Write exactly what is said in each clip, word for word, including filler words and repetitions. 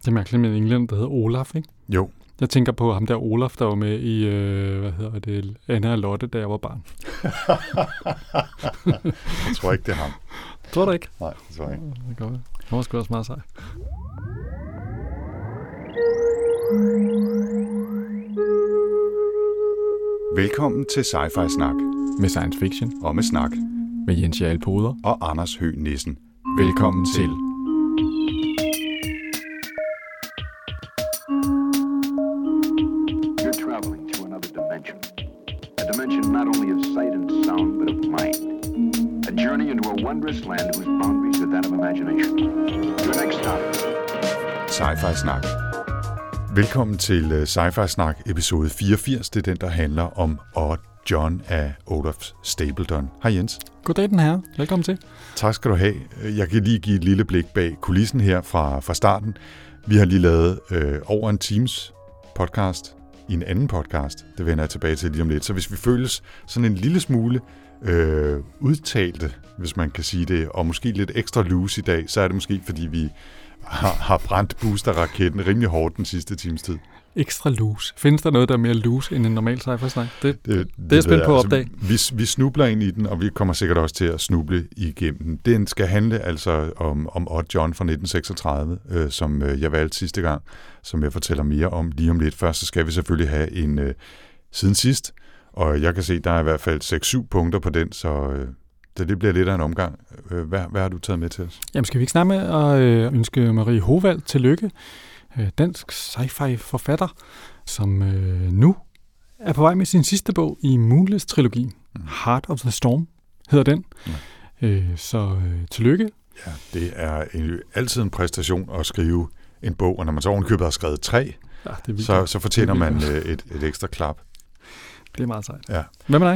Det er mærkeligt med en englænder, der hedder Olaf, ikke? Jo. Jeg tænker på ham der Olaf, der var med i, øh, hvad hedder det, Anna og Lotte, da jeg var barn. Jeg tror ikke, det er ham. Tror du ikke? Nej, det tror jeg ikke. Det går. Han var sgu også meget sej. Velkommen til Sci-Fi Snak. Med science fiction. Og med snak. Med Jens Jarl Poder. Og Anders Høgh Nissen. Velkommen til. You're traveling to another dimension. A dimension not only of sight and sound, but of mind. A journey into a wondrous land whose boundaries are that of imagination. Your next stop. Sci-Fi Snak. Velkommen til uh, Sci-Fi Snak episode fireogfirs. Det er den, der handler om Odd John af Olaf Stapledon. Hej Jens. Goddag den her. Velkommen til. Tak skal du have. Jeg kan lige give et lille blik bag kulissen her fra, fra starten. Vi har lige lavet øh, over en times podcast i en anden podcast. Det vender jeg tilbage til lige om lidt. Så hvis vi føles sådan en lille smule øh, udtalte, hvis man kan sige det, og måske lidt ekstra loose i dag, så er det måske, fordi vi har, har brændt boosterraketten rimelig hårdt den sidste times tid. Ekstra loose. Findes der noget, der er mere loose end en normal sci-fi snak? Det, det, det, det er jeg spændt på at altså, opdage. Vi, vi snubler ind i den, og vi kommer sikkert også til at snuble igennem. Den skal handle altså om, om Odd John fra nitten seksogtredive, øh, som øh, jeg valgte sidste gang, som jeg fortæller mere om lige om lidt. Først så skal vi selvfølgelig have en øh, siden sidst, og jeg kan se, der er i hvert fald seks syv punkter på den, så øh, det, det bliver lidt af en omgang. Hvad, hvad har du taget med til os? Jamen skal vi ikke snakke med at øh, ønske Marie Hovald tillykke? Dansk sci-fi forfatter, som øh, nu er på vej med sin sidste bog i Moonless-trilogien. Mm. Heart of the Storm hedder den. Mm. Øh, så øh, tillykke. Ja, det er en, altid en præstation at skrive en bog, og når man så ovenikøbet har skrevet tre, ja, det så, så fortjener man øh, et, et ekstra klap. Det er meget sejt. Ja. Hvad med dig?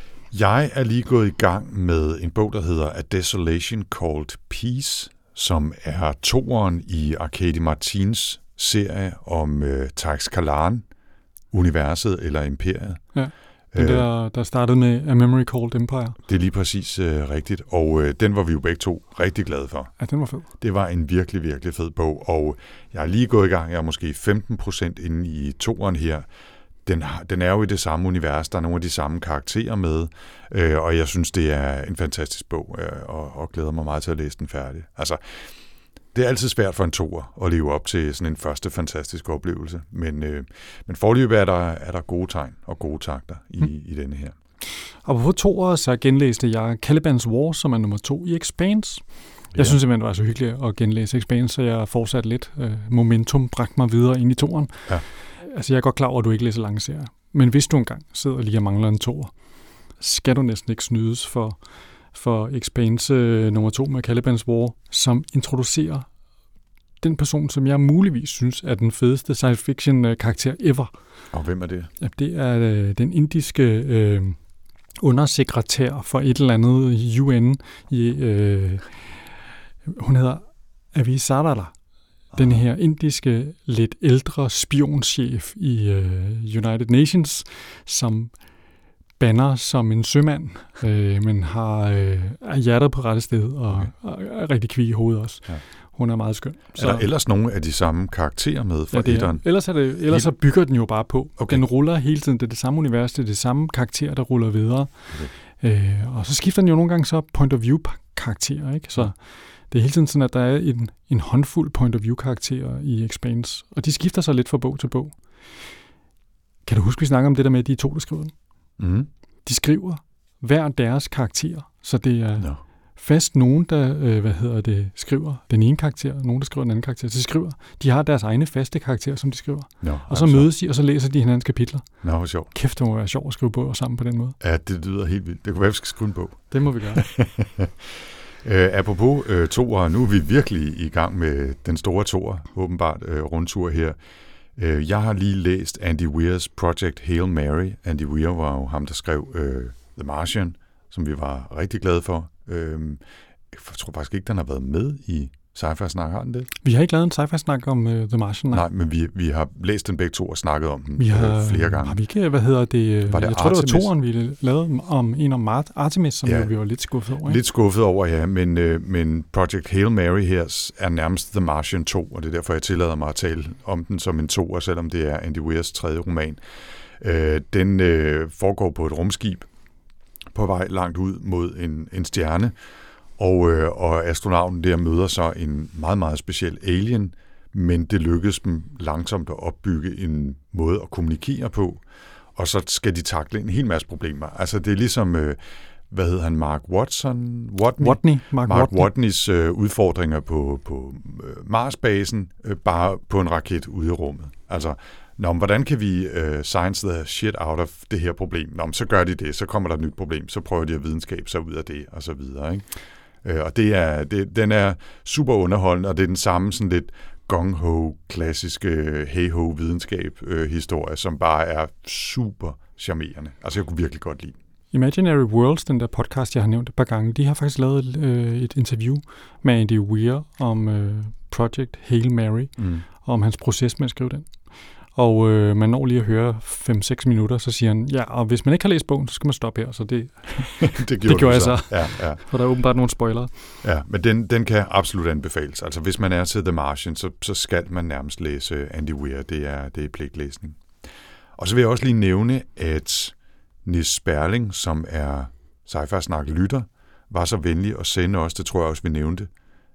Jeg er lige gået i gang med en bog, der hedder A Desolation Called Peace, som er toeren i Arkady Martins serie om øh, Tax Kalan, universet eller imperiet. Ja, den der, der startede med A Memory Called Empire. Det er lige præcis øh, rigtigt, og øh, den var vi jo begge to rigtig glade for. Ja, den var fed. Det var en virkelig, virkelig fed bog, og jeg er lige gået i gang, jeg er måske femten procent inde i toeren her. Den, den er jo i det samme univers, der er nogle af de samme karakterer med, øh, og jeg synes, det er en fantastisk bog, øh, og, og glæder mig meget til at læse den færdig. Altså, det er altid svært for en toer at leve op til sådan en første fantastisk oplevelse, men, øh, men foreløbig er der, er der gode tegn og gode takter i, hmm. i denne her. Og på toer, så genlæste jeg Caliban's War, som er nummer to i Expanse. Jeg ja. synes simpelthen, det var så hyggeligt at genlæse Expanse, så jeg fortsatte lidt. Øh, momentum bragte mig videre ind i toeren. Ja. Altså, jeg er godt klar over, at du ikke læser lange serier. Men hvis du engang sidder lige og mangler en toer, skal du næsten ikke snydes for, for Expanse øh, nummer to med Caliban's War, som introducerer den person, som jeg muligvis synes er den fedeste science fiction karakter ever. Og hvem er det? Ja, det er øh, den indiske øh, undersekretær for et eller andet U N. I, øh, hun hedder Avi Sarala. Den her indiske, lidt ældre spionchef i øh, United Nations, som banner som en sømand, øh, men har øh, hjertet på rette sted og, okay. og er rigtig kvig i hovedet også. Ja. Hun er meget skøn. Så, er der ellers nogle af de samme karakterer med fra ja, etteren? Ellers, er det, ellers så bygger den jo bare på. Okay. Den ruller hele tiden. Det er det samme univers, det er det samme karakter, der ruller videre. Okay. Øh, og så skifter den jo nogle gange så point of view karakterer, ikke? Så ja. Det er hele tiden sådan, at der er en, en håndfuld point of view-karakterer i Expanse, og de skifter sig lidt fra bog til bog. Kan du huske, vi snakker om det der med, at de to, der skriver den? Mm. De skriver hver deres karakter, så det er no. fast nogen, der øh, hvad hedder det, skriver den ene karakter, og nogen, der skriver den anden karakter. Så de skriver, de har deres egne faste karakterer, som de skriver. No, og så mødes de, og så læser de hinandens kapitler. Nå, hvor sjovt. Kæft, det må være sjovt at skrive bøger sammen på den måde. Ja, det lyder helt vildt. Det kunne være, vi skal skrive en bog. Det må vi gøre. Uh, apropos uh, toer, nu er vi virkelig i gang med den store toer, åbenbart uh, rundtur her. Uh, jeg har lige læst Andy Weir's Project Hail Mary. Andy Weir var jo ham, der skrev uh, The Martian, som vi var rigtig glade for. Uh, jeg tror faktisk ikke, den har været med i sci-fi-snak, har den det? Vi har ikke lavet en sci-fi-snak om uh, The Martian. Nej, nej men vi, vi har læst den begge to og snakket om den vi har, øh, flere gange. Har vi ikke, hvad hedder det? Var det jeg tror, Artemis? det var toeren, vi lavede om en om Artemis, som ja, vi var lidt skuffet over. Ikke? Lidt skuffet over, ja, men, øh, men Project Hail Mary her er nærmest The Martian to, og det er derfor, jeg tillader mig at tale om den som en toer, selvom det er Andy Weirs tredje roman. Øh, den øh, foregår på et rumskib på vej langt ud mod en, en stjerne, og, øh, og astronauten der møder så en meget, meget speciel alien, men det lykkes dem langsomt at opbygge en måde at kommunikere på, og så skal de takle en hel masse problemer. Altså det er ligesom, øh, hvad hedder han, Mark Watson? Watney? Watney. Mark, Mark Watney. Watneys øh, udfordringer på, på øh, Marsbasen, øh, bare på en raket ude i rummet. Altså, nå, hvordan kan vi øh, science the shit out of det her problem? Nå, så gør de det, så kommer der et nyt problem, så prøver de at videnskab sig ud af det, og så videre, ikke? Øh, og det er, det, den er super underholdende, og det er den samme sådan lidt gong-ho, klassiske hey-ho videnskab øh, historie, som bare er super charmerende. Altså, jeg kunne virkelig godt lide. Imaginary Worlds, den der podcast, jeg har nævnt et par gange, de har faktisk lavet øh, et interview med Andy Weir om øh, Project Hail Mary, mm. og om hans proces med at skrive den. Og øh, man når lige at høre fem seks minutter, så siger han, ja, og hvis man ikke har læst bogen, så skal man stoppe her. Så det, det, det gjorde jeg så. Ja, ja. For der er åbenbart nogle spoilere. Ja, men den, den kan absolut anbefales. Altså hvis man er til The Martian, så, så skal man nærmest læse Andy Weir. Det er, det er pligtlæsning. Og så vil jeg også lige nævne, at Nis Sperling, som er sci-fi-snak-lytter, var så venlig at sende os, det tror jeg også, vi nævnte,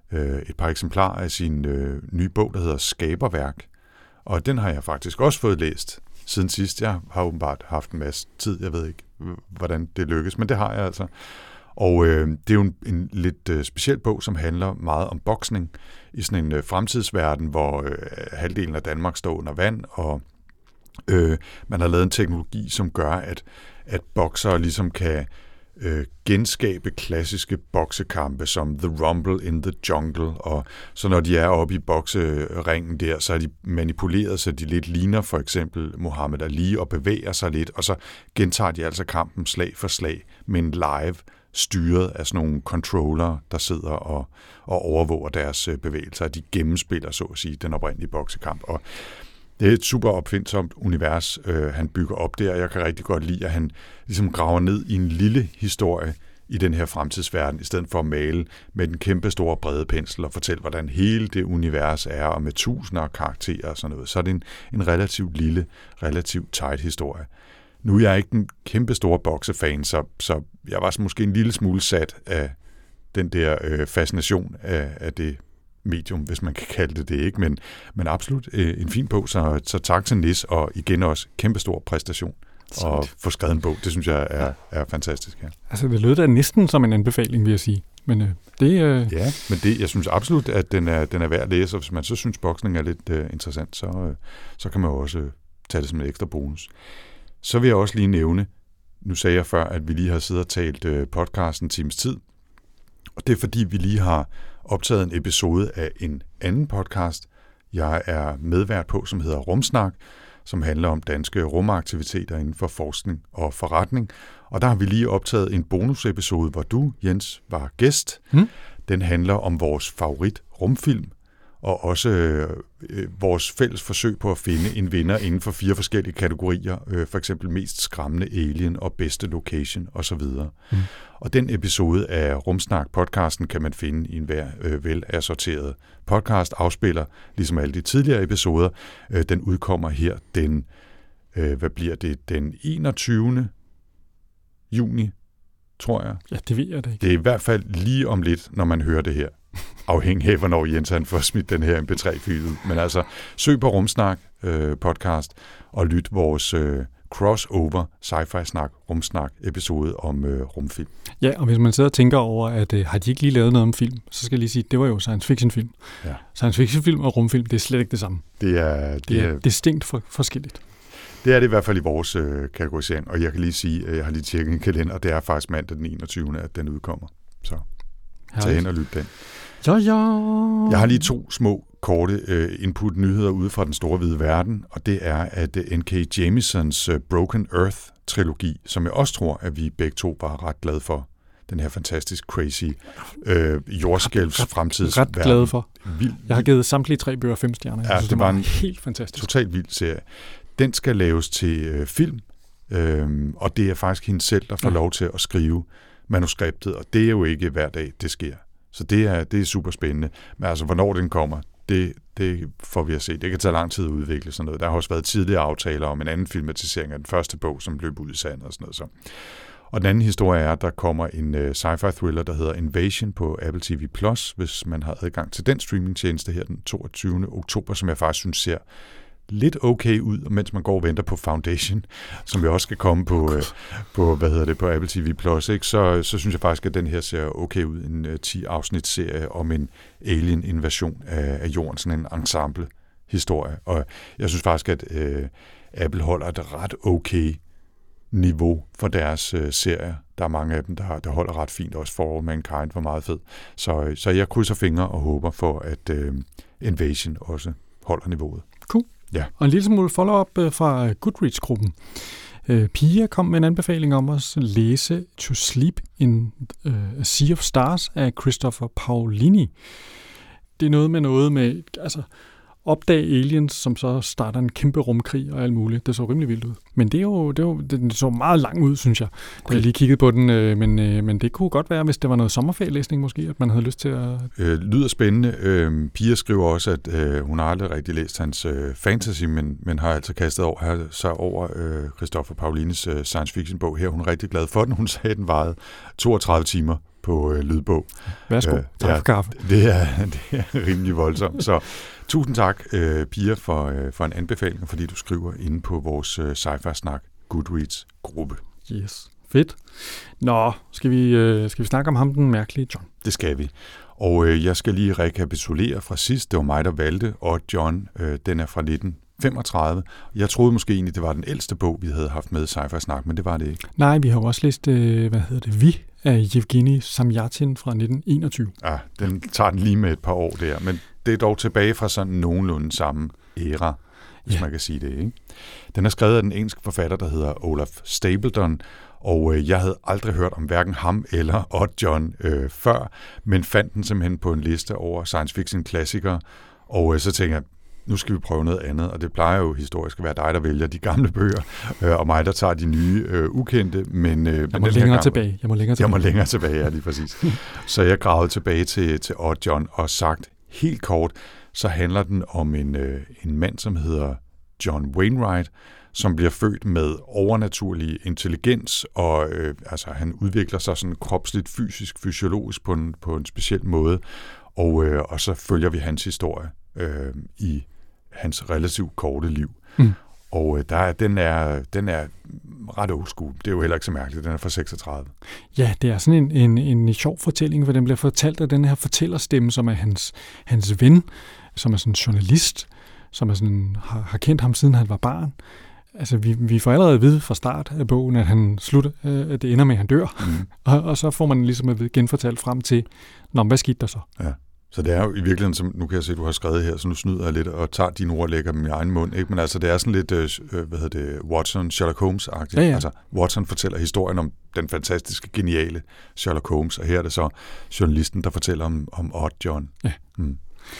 et par eksemplarer af sin øh, nye bog, der hedder Skaberværk. Og den har jeg faktisk også fået læst siden sidst. Jeg har åbenbart haft en masse tid. Jeg ved ikke, hvordan det lykkes, men det har jeg altså. Og øh, det er jo en, en lidt øh, speciel bog, som handler meget om boksning i sådan en øh, fremtidsverden, hvor øh, halvdelen af Danmark står under vand, og øh, man har lavet en teknologi, som gør, at, at boksere ligesom kan øh, genskabe klassiske boksekampe, som The Rumble in the Jungle, og så når de er oppe i bokseringen der, så er de manipuleret, så de lidt ligner for eksempel Muhammad Ali og bevæger sig lidt, og så gentager de altså kampen slag for slag, men live, styret af sådan nogle controller, der sidder og, og overvåger deres bevægelser, de gennemspiller, så at sige, den oprindelige boksekamp. Og det er et super opfindsomt univers, øh, han bygger op der, og jeg kan rigtig godt lide, at han ligesom graver ned i en lille historie i den her fremtidsverden, i stedet for at male med den kæmpe store brede pensel og fortælle, hvordan hele det univers er, og med tusinder af karakterer og sådan noget. Så er det en, en relativt lille, relativt tight historie. Nu er jeg ikke en kæmpe store boksefan, så, så jeg var måske en lille smule sat af den der øh, fascination af, af det medium, hvis man kan kalde det det, ikke? Men, men absolut øh, en fin bog, så, så tak til Nis, og igen også kæmpestor præstation. Sweet. Og få skrevet en bog, det synes jeg er, er fantastisk. Ja. Altså, det lød da næsten som en anbefaling, vil jeg sige. Men øh, det... Øh... Ja, men det, jeg synes absolut, at den er, den er værd at læse, og hvis man så synes, boksning er lidt øh, interessant, så, øh, så kan man jo også øh, tage det som en ekstra bonus. Så vil jeg også lige nævne, nu sagde jeg før, at vi lige har siddet og talt øh, podcasten en times tid, og det er fordi, vi lige har optaget en episode af en anden podcast, jeg er medvært på, som hedder Rumsnak, som handler om danske rumaktiviteter inden for forskning og forretning. Og der har vi lige optaget en bonusepisode, hvor du, Jens, var gæst. Hmm. Den handler om vores favorit rumfilm, og også øh, vores fælles forsøg på at finde en vinder inden for fire forskellige kategorier, øh, for eksempel mest skræmmende alien og bedste location osv. Mm. Og den episode af Rumsnak-podcasten kan man finde i en hver øh, velassorteret podcast afspiller, ligesom alle de tidligere episoder. Øh, den udkommer her den, øh, hvad bliver det, den enogtyvende juni, tror jeg. Ja, det ved jeg da ikke. Det er i hvert fald lige om lidt, når man hører det her. Afhængig af, hvornår Jens han får smidt den her M P tre-fil ud. Men altså, søg på Rumsnak øh, podcast og lyt vores øh, crossover sci-fi-snak, rumsnak episode om øh, rumfilm. Ja, og hvis man sidder og tænker over, at øh, har de ikke lige lavet noget om film, så skal jeg lige sige, at det var jo science fiction film. Ja. Science fiction film og rumfilm, det er slet ikke det samme. Det er, det det er, er distinkt for, forskelligt. Det er det i hvert fald i vores øh, kategorisering, og jeg kan lige sige, at jeg har lige tjekket en kalender, og det er faktisk mandag den enogtyvende at den udkommer. Så tag hen og lyt den. Ja, ja. Jeg har lige to små, korte uh, input-nyheder ude fra den store hvide verden, og det er, at uh, N K Jemiesons uh, Broken Earth-trilogi, som jeg også tror, at vi begge to var ret glade for, den her fantastisk crazy øh, jordskælvs fremtids. Ret glad for. Vild. Jeg har givet samtlige tre bøger fem stjerner. Ja, synes, det var en helt fantastisk. Totalt vild serie. Den skal laves til øh, film, øh, og det er faktisk hende selv, der får ja. lov til at skrive manuskriptet, og det er jo ikke hver dag, det sker. Så det er, det er super spændende. Men altså, hvornår den kommer, det, det får vi at se. Det kan tage lang tid at udvikle sådan noget. Der har også været tidligere aftaler om en anden filmatisering af den første bog, som løb ud i sandet og sådan noget. Så. Og den anden historie er, at der kommer en uh, sci-fi thriller, der hedder Invasion på Apple T V plus, hvis man har adgang til den streamingtjeneste her den toogtyvende oktober, som jeg faktisk synes ser lidt okay ud, mens man går og venter på Foundation, som jo også skal komme på, uh, på hvad hedder det, på Apple T V plus, ikke? Så, så synes jeg faktisk, at den her ser okay ud. En uh, ti-afsnits-serie om en alien-invasion af, af jorden, sådan en ensemble-historie. Og jeg synes faktisk, at uh, Apple holder et ret okay niveau for deres uh, serier. Der er mange af dem, der, der holder ret fint, også For All Mankind var meget fed. Så, så jeg krydser fingre og håber for, at uh, Invasion også holder niveauet. Cool. Ja. Og en lille smule follow-up uh, fra Goodreads-gruppen. Uh, Pia kom med en anbefaling om at læse To Sleep in uh, a Sea of Stars af Christopher Paolini. Det er noget med noget med, altså, opdage aliens, som så starter en kæmpe rumkrig og alt muligt. Det så rimelig vildt ud. Men det er jo, det, er jo, det så meget lang ud, synes jeg. Okay. Jeg har lige kigget på den, men, men det kunne godt være, hvis det var noget sommerferielæsning måske, at man havde lyst til at... Øh, lyder spændende. Øh, Pia skriver også, at øh, hun har aldrig rigtig læst hans øh, fantasy, men, men har altså kastet over, sig over øh, Christopher Paulinis øh, science fiction bog her. Hun er rigtig glad for den. Hun sagde, at den varede toogtredive timer på øh, lydbog. Værsgo, øh, tak for kaffe. Det er, det er rimelig voldsomt. Så tusind tak, øh, Pia, for, øh, for en anbefaling, fordi du skriver inde på vores øh, Sci-Fi Snak Goodreads-gruppe. Yes, fedt. Nå, skal vi, øh, skal vi snakke om ham, den mærkelige John? Det skal vi. Og øh, jeg skal lige rekapitulere fra sidst. Det var mig, der valgte, og John, øh, den er fra nitten femogtredive. Jeg troede måske egentlig, det var den ældste bog, vi havde haft med Sci-Fi Snak, men det var det ikke. Nej, vi har jo også læst, øh, hvad hedder det, Vi af Yevgeny Samyatin fra nitten enogtyve. Ja, den tager den lige med et par år der, men det er dog tilbage fra sådan nogenlunde samme æra, hvis ja. man kan sige det, ikke? Den er skrevet af den engelske forfatter, der hedder Olaf Stapledon, og øh, jeg havde aldrig hørt om hverken ham eller Odd John øh, før, men fandt den simpelthen på en liste over science fiction klassikere, og øh, så tænkte jeg, nu skal vi prøve noget andet, og det plejer jo historisk at være dig, der vælger de gamle bøger, øh, og mig, der tager de nye øh, ukendte, men... Øh, jeg må længere gang, tilbage. Jeg må længere tilbage. Jeg må længere tilbage, ja, lige præcis. Så jeg gravede tilbage til, til Odd John og sagt helt kort, så handler den om en, øh, en mand, som hedder John Wainwright, som bliver født med overnaturlig intelligens, og øh, altså, han udvikler sig sådan kropsligt, fysisk, fysiologisk på en, på en speciel måde, og, øh, og så følger vi hans historie øh, i hans relativt korte liv. Mm. Og øh, der, den, er, den er ret old school. Det er jo heller ikke så mærkeligt. Den er fra seksogtredive. Ja, det er sådan en, en, en sjov fortælling, for den bliver fortalt af den her fortællerstemme, som er hans, hans ven, som er sådan en journalist, som er sådan, har, har kendt ham, siden han var barn. Altså, vi, vi får allerede at vide fra start af bogen, at han slutter, øh, at det ender med, at han dør. Mm. og, og så får man ligesom at vide, genfortalt frem til, nå, hvad skete der så? Ja. Så det er jo i virkeligheden, som nu kan jeg se, at du har skrevet her, så nu snyder jeg lidt og tager dine ord og lægger dem i egen mund. Ikke? Men altså, det er sådan lidt, øh, hvad hedder det, Watson, Sherlock Holmes-agtigt. Ja, ja. Altså, Watson fortæller historien om den fantastiske, geniale Sherlock Holmes, og her er det så journalisten, der fortæller om, om Odd John. Ja. Mm.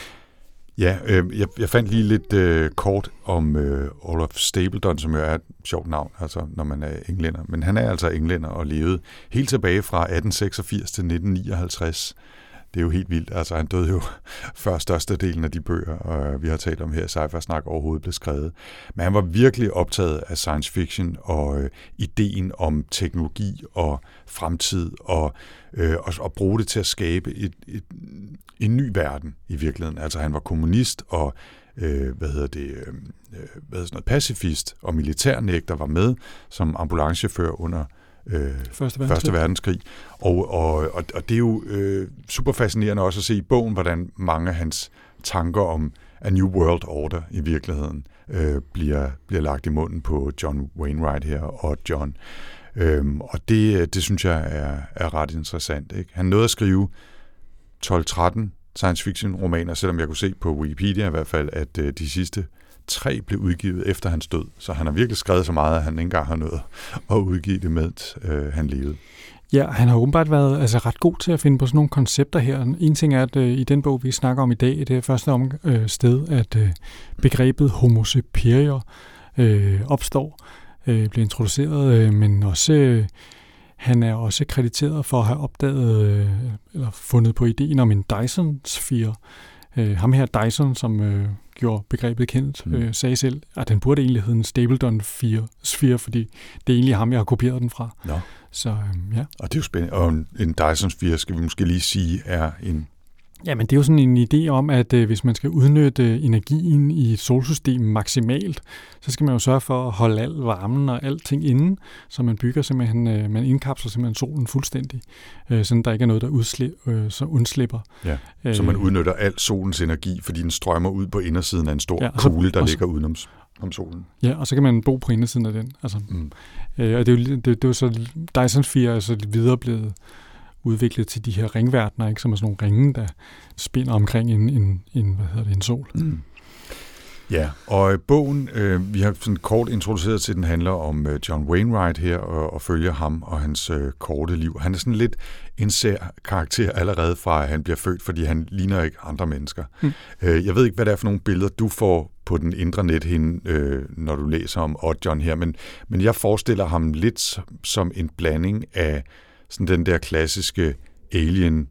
Ja, øh, jeg, jeg fandt lige lidt øh, kort om øh, Olaf Stapledon, som jo er et sjovt navn, altså når man er englænder. Men han er altså englænder og levede helt tilbage fra atten seksogfirs til nitten nioghalvtreds. Det er jo helt vildt. Altså, han døde jo før størstedelen af de bøger, og vi har talt om her, Sci-Fi Snak overhovedet blev skrevet. Men han var virkelig optaget af science fiction og øh, ideen om teknologi og fremtid, og, øh, og, og bruge det til at skabe et, et, en ny verden i virkeligheden. Altså, han var kommunist og øh, hvad hedder det, øh, hvad hedder sådan noget, pacifist og militærnægter var med som ambulancechauffør under Øh, Første, verdenskrig. Første verdenskrig. Og, og, og, og det er jo øh, super fascinerende også at se i bogen, hvordan mange af hans tanker om A New World Order i virkeligheden øh, bliver, bliver lagt i munden på John Wainwright her og John. Øhm, og det, det synes jeg er, er ret interessant. Ikke? Han nåede at skrive tolv tretten science fiction romaner, selvom jeg kunne se på Wikipedia i hvert fald, at øh, de sidste tre blev udgivet efter hans død. Så han har virkelig skrevet så meget, at han ikke engang har nået at udgive det, mens øh, han levede. Ja, han har åbenbart været altså, ret god til at finde på sådan nogle koncepter her. En ting er, at øh, i den bog, vi snakker om i dag, det er første om, øh, sted, at øh, begrebet homo superior øh, opstår, øh, bliver introduceret, øh, men også øh, han er også krediteret for at have opdaget øh, eller fundet på ideen om en Dyson-sfære. Øh, ham her Dyson, som øh, gjorde begrebet kendt, mm. øh, sagde selv, at den burde egentlig hedde en Stapledon-sfære, fordi det er egentlig ham, jeg har kopieret den fra. No. Så øh, ja. Og det er jo spændende. Og en, en Dyson-sfære, skal vi måske lige sige, er en... Jamen, det er jo sådan en idé om, at øh, hvis man skal udnytte energien i et solsystem maksimalt, så skal man jo sørge for at holde al varmen og alting inde, så man bygger simpelthen, øh, man indkapsler simpelthen solen fuldstændig, øh, sådan der ikke er noget, der udsli- øh, så undslipper. Ja, så man udnytter al solens energi, fordi den strømmer ud på indersiden af en stor ja, kugle, der ligger udenom om solen. Ja, og så kan man bo på indersiden af den. Altså, mm. øh, og det er jo, det, det er jo så, Dyson-sfære er så videre blevet udviklet til de her ringverdener, ikke, som er sådan nogle ringe, der spinder omkring en, en, en, hvad hedder det, en sol. Mm. Ja, og bogen, øh, vi har sådan kort introduceret til, den handler om øh, John Wainwright her, og, og følger ham og hans øh, korte liv. Han er sådan lidt en sær karakter allerede fra, at han bliver født, fordi han ligner ikke andre mennesker. Mm. Øh, jeg ved ikke, hvad det er for nogle billeder, du får på den indre nethinde, øh, når du læser om Odd John her, men, men jeg forestiller ham lidt som en blanding af sådan den der klassiske alien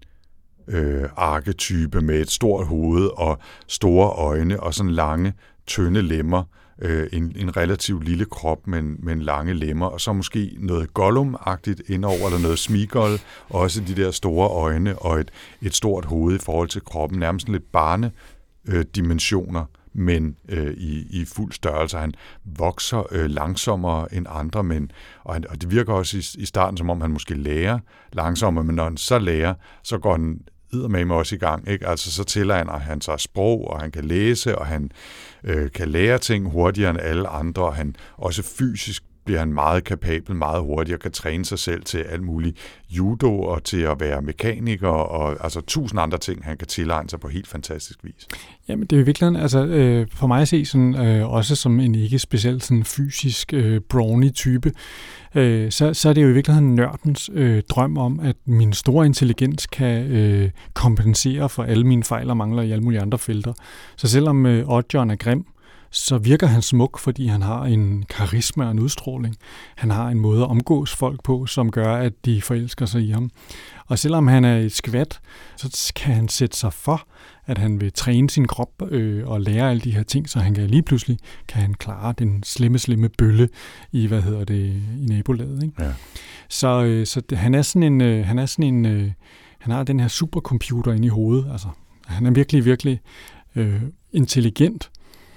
øh, arketype med et stort hoved og store øjne og sådan lange, tynde lemmer, øh, en, en relativt lille krop, men, men lange lemmer, og så måske noget Gollum-agtigt indover, eller noget Smeagol, og også de der store øjne og et, et stort hoved i forhold til kroppen, nærmest sådan lidt barnedimensioner, men øh, i, i fuld størrelse. Han vokser øh, langsommere end andre, men, og, han, og det virker også i, i starten, som om han måske lærer langsommere, men når han så lærer, så går han eddermame også i gang, ikke? Altså så tilegner han sig sprog, og han kan læse, og han øh, kan lære ting hurtigere end alle andre, og han også fysisk bliver han meget kapabel, meget hurtigere, kan træne sig selv til alt muligt judo og til at være mekaniker og altså tusind andre ting, han kan tilegne sig på helt fantastisk vis. Jamen det er jo virkelig, altså øh, for mig at se sådan, øh, også som en ikke specielt sådan fysisk øh, brawny type, øh, så, så er det jo i virkeligheden nørdens øh, drøm om, at min store intelligens kan øh, kompensere for alle mine fejl og mangler i alle mulige andre felter. Så selvom øh, Odd John er grim, så virker han smuk, fordi han har en karisma og en udstråling. Han har en måde at omgås folk på, som gør, at de forelsker sig i ham. Og selvom han er et skvat, så kan han sætte sig for, at han vil træne sin krop øh, og lære alle de her ting, så han kan lige pludselig kan han klare den slemme, slemme bølle i, hvad hedder det, i nabolaget. Ikke? Ja. Så, øh, så det, han er sådan en, øh, han er sådan en, øh, han har den her supercomputer inde i hovedet. Altså, han er virkelig, virkelig øh, intelligent.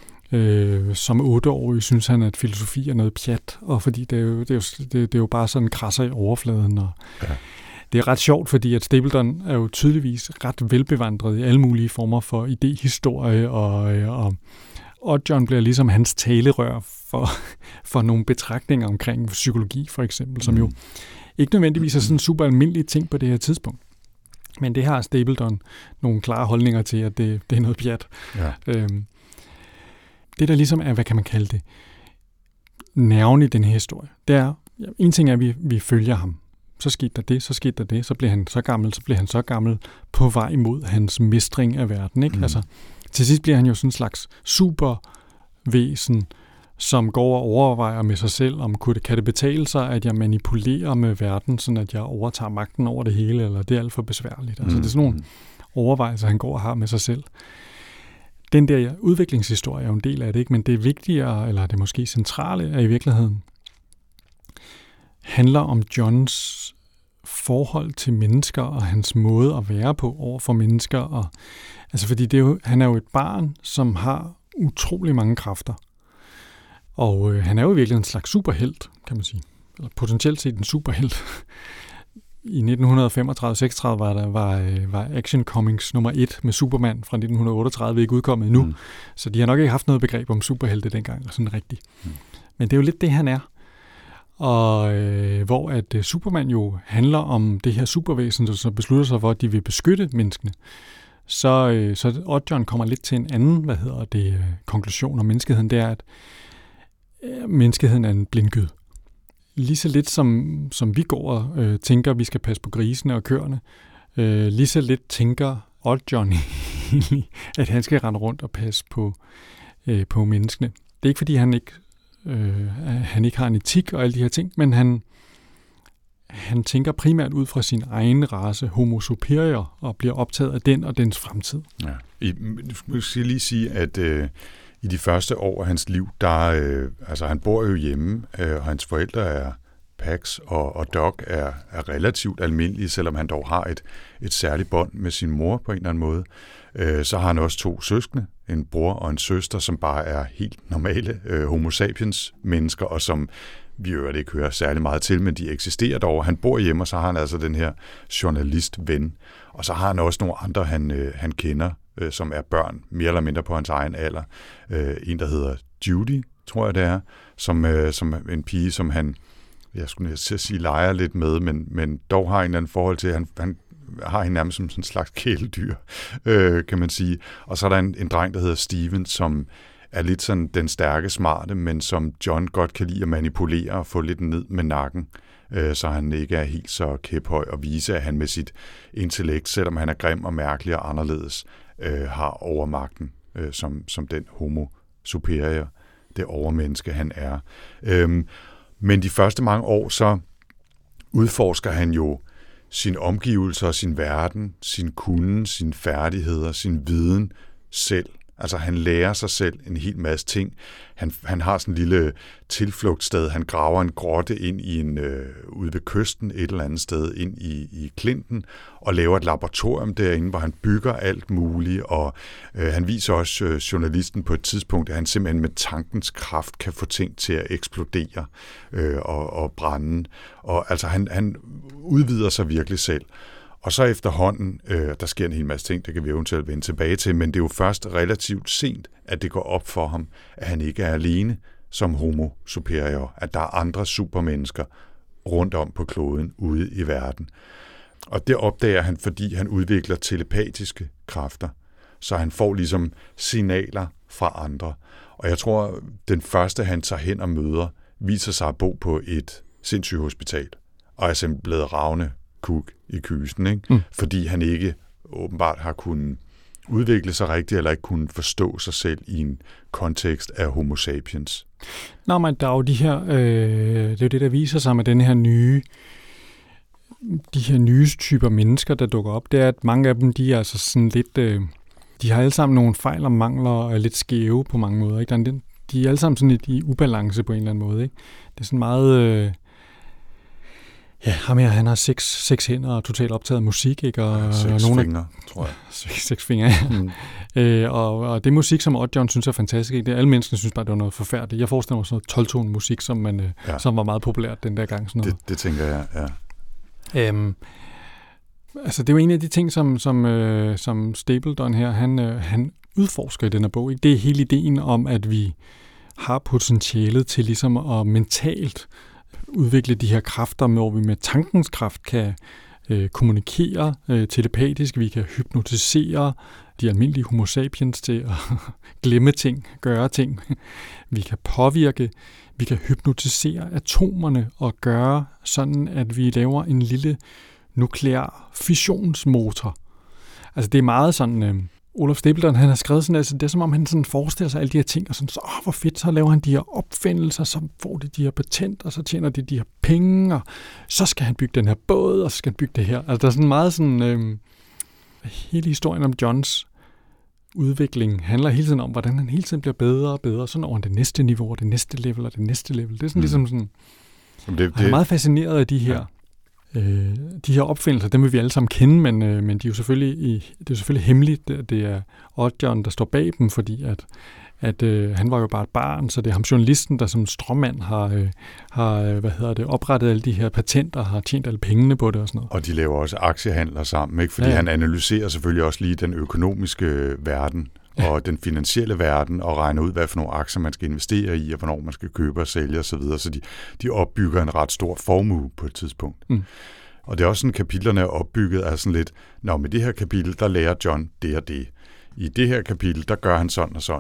Øh, som otteårig synes han, at filosofi er noget pjat, og fordi det er jo, det er jo, det, det er jo bare sådan krasser i overfladen. Og ja. Det er ret sjovt, fordi at Stapledon er jo tydeligvis ret velbevandret i alle mulige former for idéhistorie, og, og, og John bliver ligesom hans talerør for, for nogle betragtninger omkring psykologi, for eksempel, som jo ikke nødvendigvis er sådan en super almindelig ting på det her tidspunkt. Men det har Stapledon nogle klare holdninger til, at det, det er noget pjat. Ja. Øhm, Det, der ligesom er, hvad kan man kalde det, nerven i den her historie, det er, ja, en ting er, at vi, vi følger ham. Så skete der det, så skete der det, så bliver han så gammel, så bliver han så gammel på vej imod hans mestring af verden. Ikke? Mm. Altså, til sidst bliver han jo sådan en slags supervæsen, som går og overvejer med sig selv, om kunne det, kan det betale sig, at jeg manipulerer med verden, sådan at jeg overtager magten over det hele, eller det er alt for besværligt. Altså, mm. det er sådan nogle overvejelser, han går og har med sig selv. Den der udviklingshistorie er jo en del af det, ikke? Men det vigtigere, eller det måske centrale, er i virkeligheden, handler om Johns forhold til mennesker og hans måde at være på over for mennesker. Og, altså fordi det er jo, han er jo et barn, som har utrolig mange kræfter. Og øh, han er jo virkelig en slags superhelt, kan man sige. Eller potentielt set en superhelt. I nitten femogtredive seksogtredive var der var, var Action Comics nummer et med Superman fra nitten otteogtredive ikke udkommet endnu. Mm. Så de har nok ikke haft noget begreb om superhelte dengang, sådan rigtigt. Mm. Men det er jo lidt det, han er. Og øh, hvor at uh, Superman jo handler om det her supervæsen, som beslutter sig for, at de vil beskytte menneskene. Så, øh, så Odd John kommer lidt til en anden, hvad hedder det, øh, konklusion om menneskeheden, det er, at øh, menneskeheden er en blindgyde. lige så lidt som, som vi går og øh, tænker, at vi skal passe på grisene og køerne, øh, lige så lidt tænker Old John at han skal rende rundt og passe på, øh, på menneskene. Det er ikke, fordi han ikke, øh, han ikke har en etik og alle de her ting, men han, han tænker primært ud fra sin egen race, homo superior, og bliver optaget af den og dens fremtid. Ja. I, jeg skal lige sige, at øh, i de første år af hans liv, der, øh, altså han bor jo hjemme, øh, og hans forældre er Pax, og, og Doc er, er relativt almindelige, selvom han dog har et, et særligt bånd med sin mor på en eller anden måde. Øh, så har han også to søskende, en bror og en søster, som bare er helt normale øh, homo sapiens mennesker, og som vi jo ikke hører særlig meget til, men de eksisterer dog. Han bor hjemme, og så har han altså den her journalist-ven. Og så har han også nogle andre, han, øh, han kender, øh, som er børn, mere eller mindre på hans egen alder. Øh, en, der hedder Judy, tror jeg det er, som, øh, som en pige, som han, jeg skulle til at sige, leger lidt med, men, men dog har en eller anden forhold til, han, han har hende nærmest som sådan en slags kæledyr, øh, kan man sige. Og så er der en, en dreng, der hedder Steven, som er lidt sådan den stærke, smarte, men som John godt kan lide at manipulere og få lidt ned med nakken, øh, så han ikke er helt så kæphøj, og vise, at han med sit intellekt, selvom han er grim og mærkelig og anderledes, øh, har overmagten øh, som, som den homo superior, det overmenneske, han er. Øhm, men de første mange år, så udforsker han jo sine omgivelser, sin verden, sin kunde, sine færdigheder, sin viden selv. Altså han lærer sig selv en hel masse ting. Han, han har sådan en lille tilflugtssted. Han graver en grotte ind i en, øh, ude ved kysten et eller andet sted ind i, i Clinton og laver et laboratorium derinde, hvor han bygger alt muligt. Og øh, han viser også øh, journalisten på et tidspunkt, at han simpelthen med tankens kraft kan få ting til at eksplodere øh, og, og brænde. Og altså han, han udvider sig virkelig selv. Og så efterhånden, øh, der sker en hel masse ting, det kan vi eventuelt vende tilbage til, men det er jo først relativt sent, at det går op for ham, at han ikke er alene som homo superior, at der er andre supermennesker rundt om på kloden ude i verden. Og det opdager han, fordi han udvikler telepatiske kræfter, så han får ligesom signaler fra andre. Og jeg tror, den første, han tager hen og møder, viser sig at bo på et sindssygehospital, og er simpelthen blevet ravne kuk i kysten, ikke? Mm. Fordi han ikke åbenbart har kunnet udvikle sig rigtigt, eller ikke kunnet forstå sig selv i en kontekst af homo sapiens. Nå, men der er jo de her, øh, det er jo det, der viser sig med den her nye, de her nye typer mennesker, der dukker op, det er, at mange af dem, de er altså sådan lidt, øh, de har alle sammen nogle fejl og mangler, og er lidt skæve på mange måder, ikke? De er alle sammen sådan lidt i ubalance på en eller anden måde, ikke? Det er sådan meget... Øh, Ja, ham her, han har seks, seks hænder og totalt optaget af musik, ikke? Og, ja, seks og nogle fingre, tror jeg. Seks, seks fingre, ja. Mm. øh, og, og det musik, som Odd John synes er fantastisk, ikke? Det, alle mennesker synes bare, det var noget forfærdeligt. Jeg forestiller mig sådan noget tolv-tone musik, som, man, ja. som var meget populært den der gang. Sådan noget. Det, det tænker jeg, ja. Øhm, altså, det er jo en af de ting, som, som, øh, som Stapledon her, han, øh, han udforsker i den her bog, ikke? Det er hele ideen om, at vi har potentialet til ligesom at mentalt udvikle de her kræfter, hvor vi med tankens kraft kan øh, kommunikere øh, telepatisk, vi kan hypnotisere de almindelige homo sapiens til at glemme ting, gøre ting. Vi kan påvirke, vi kan hypnotisere atomerne og gøre sådan, at vi laver en lille nuklear fissionsmotor. Altså det er meget sådan... Øh, Olaf Stapledon, han har skrevet sådan, altså det er som om han sådan forestiller sig alle de her ting, og sådan, så åh, hvor fedt, så laver han de her opfindelser, så får de de her patenter, og så tjener de de her penge, og så skal han bygge den her båd, og så skal han bygge det her. Altså der er sådan meget sådan, øh, hele historien om Johns udvikling handler hele tiden om, hvordan han hele tiden bliver bedre og bedre, sådan over det næste niveau, og det næste level, og det næste level. Det er sådan mm. ligesom sådan, det, det, han er meget fascineret af de her, ja. Øh, de her opfindelser, dem vil vi alle sammen kende, men, øh, men de er jo selvfølgelig, i, det er selvfølgelig hemmeligt, det, det er Odd John, der står bag dem, fordi at, at øh, han var jo bare et barn, så det er ham journalisten, der som stråmand har, øh, har hvad hedder det, oprettet alle de her patenter, har tjent alle pengene på det og sådan noget. Og de laver også aktiehandler sammen, ikke? Fordi ja. Han analyserer selvfølgelig også lige den økonomiske verden, ja. Og den finansielle verden, og regner ud, hvad for nogle aktier man skal investere i, og hvornår man skal købe og sælge osv., så, videre. Så de, de opbygger en ret stor formue på et tidspunkt. Mm. Og det er også sådan, kapitlerne er opbygget af sådan lidt, nå, med det her kapitel, der lærer John det og det. I det her kapitel, der gør han sådan og sådan.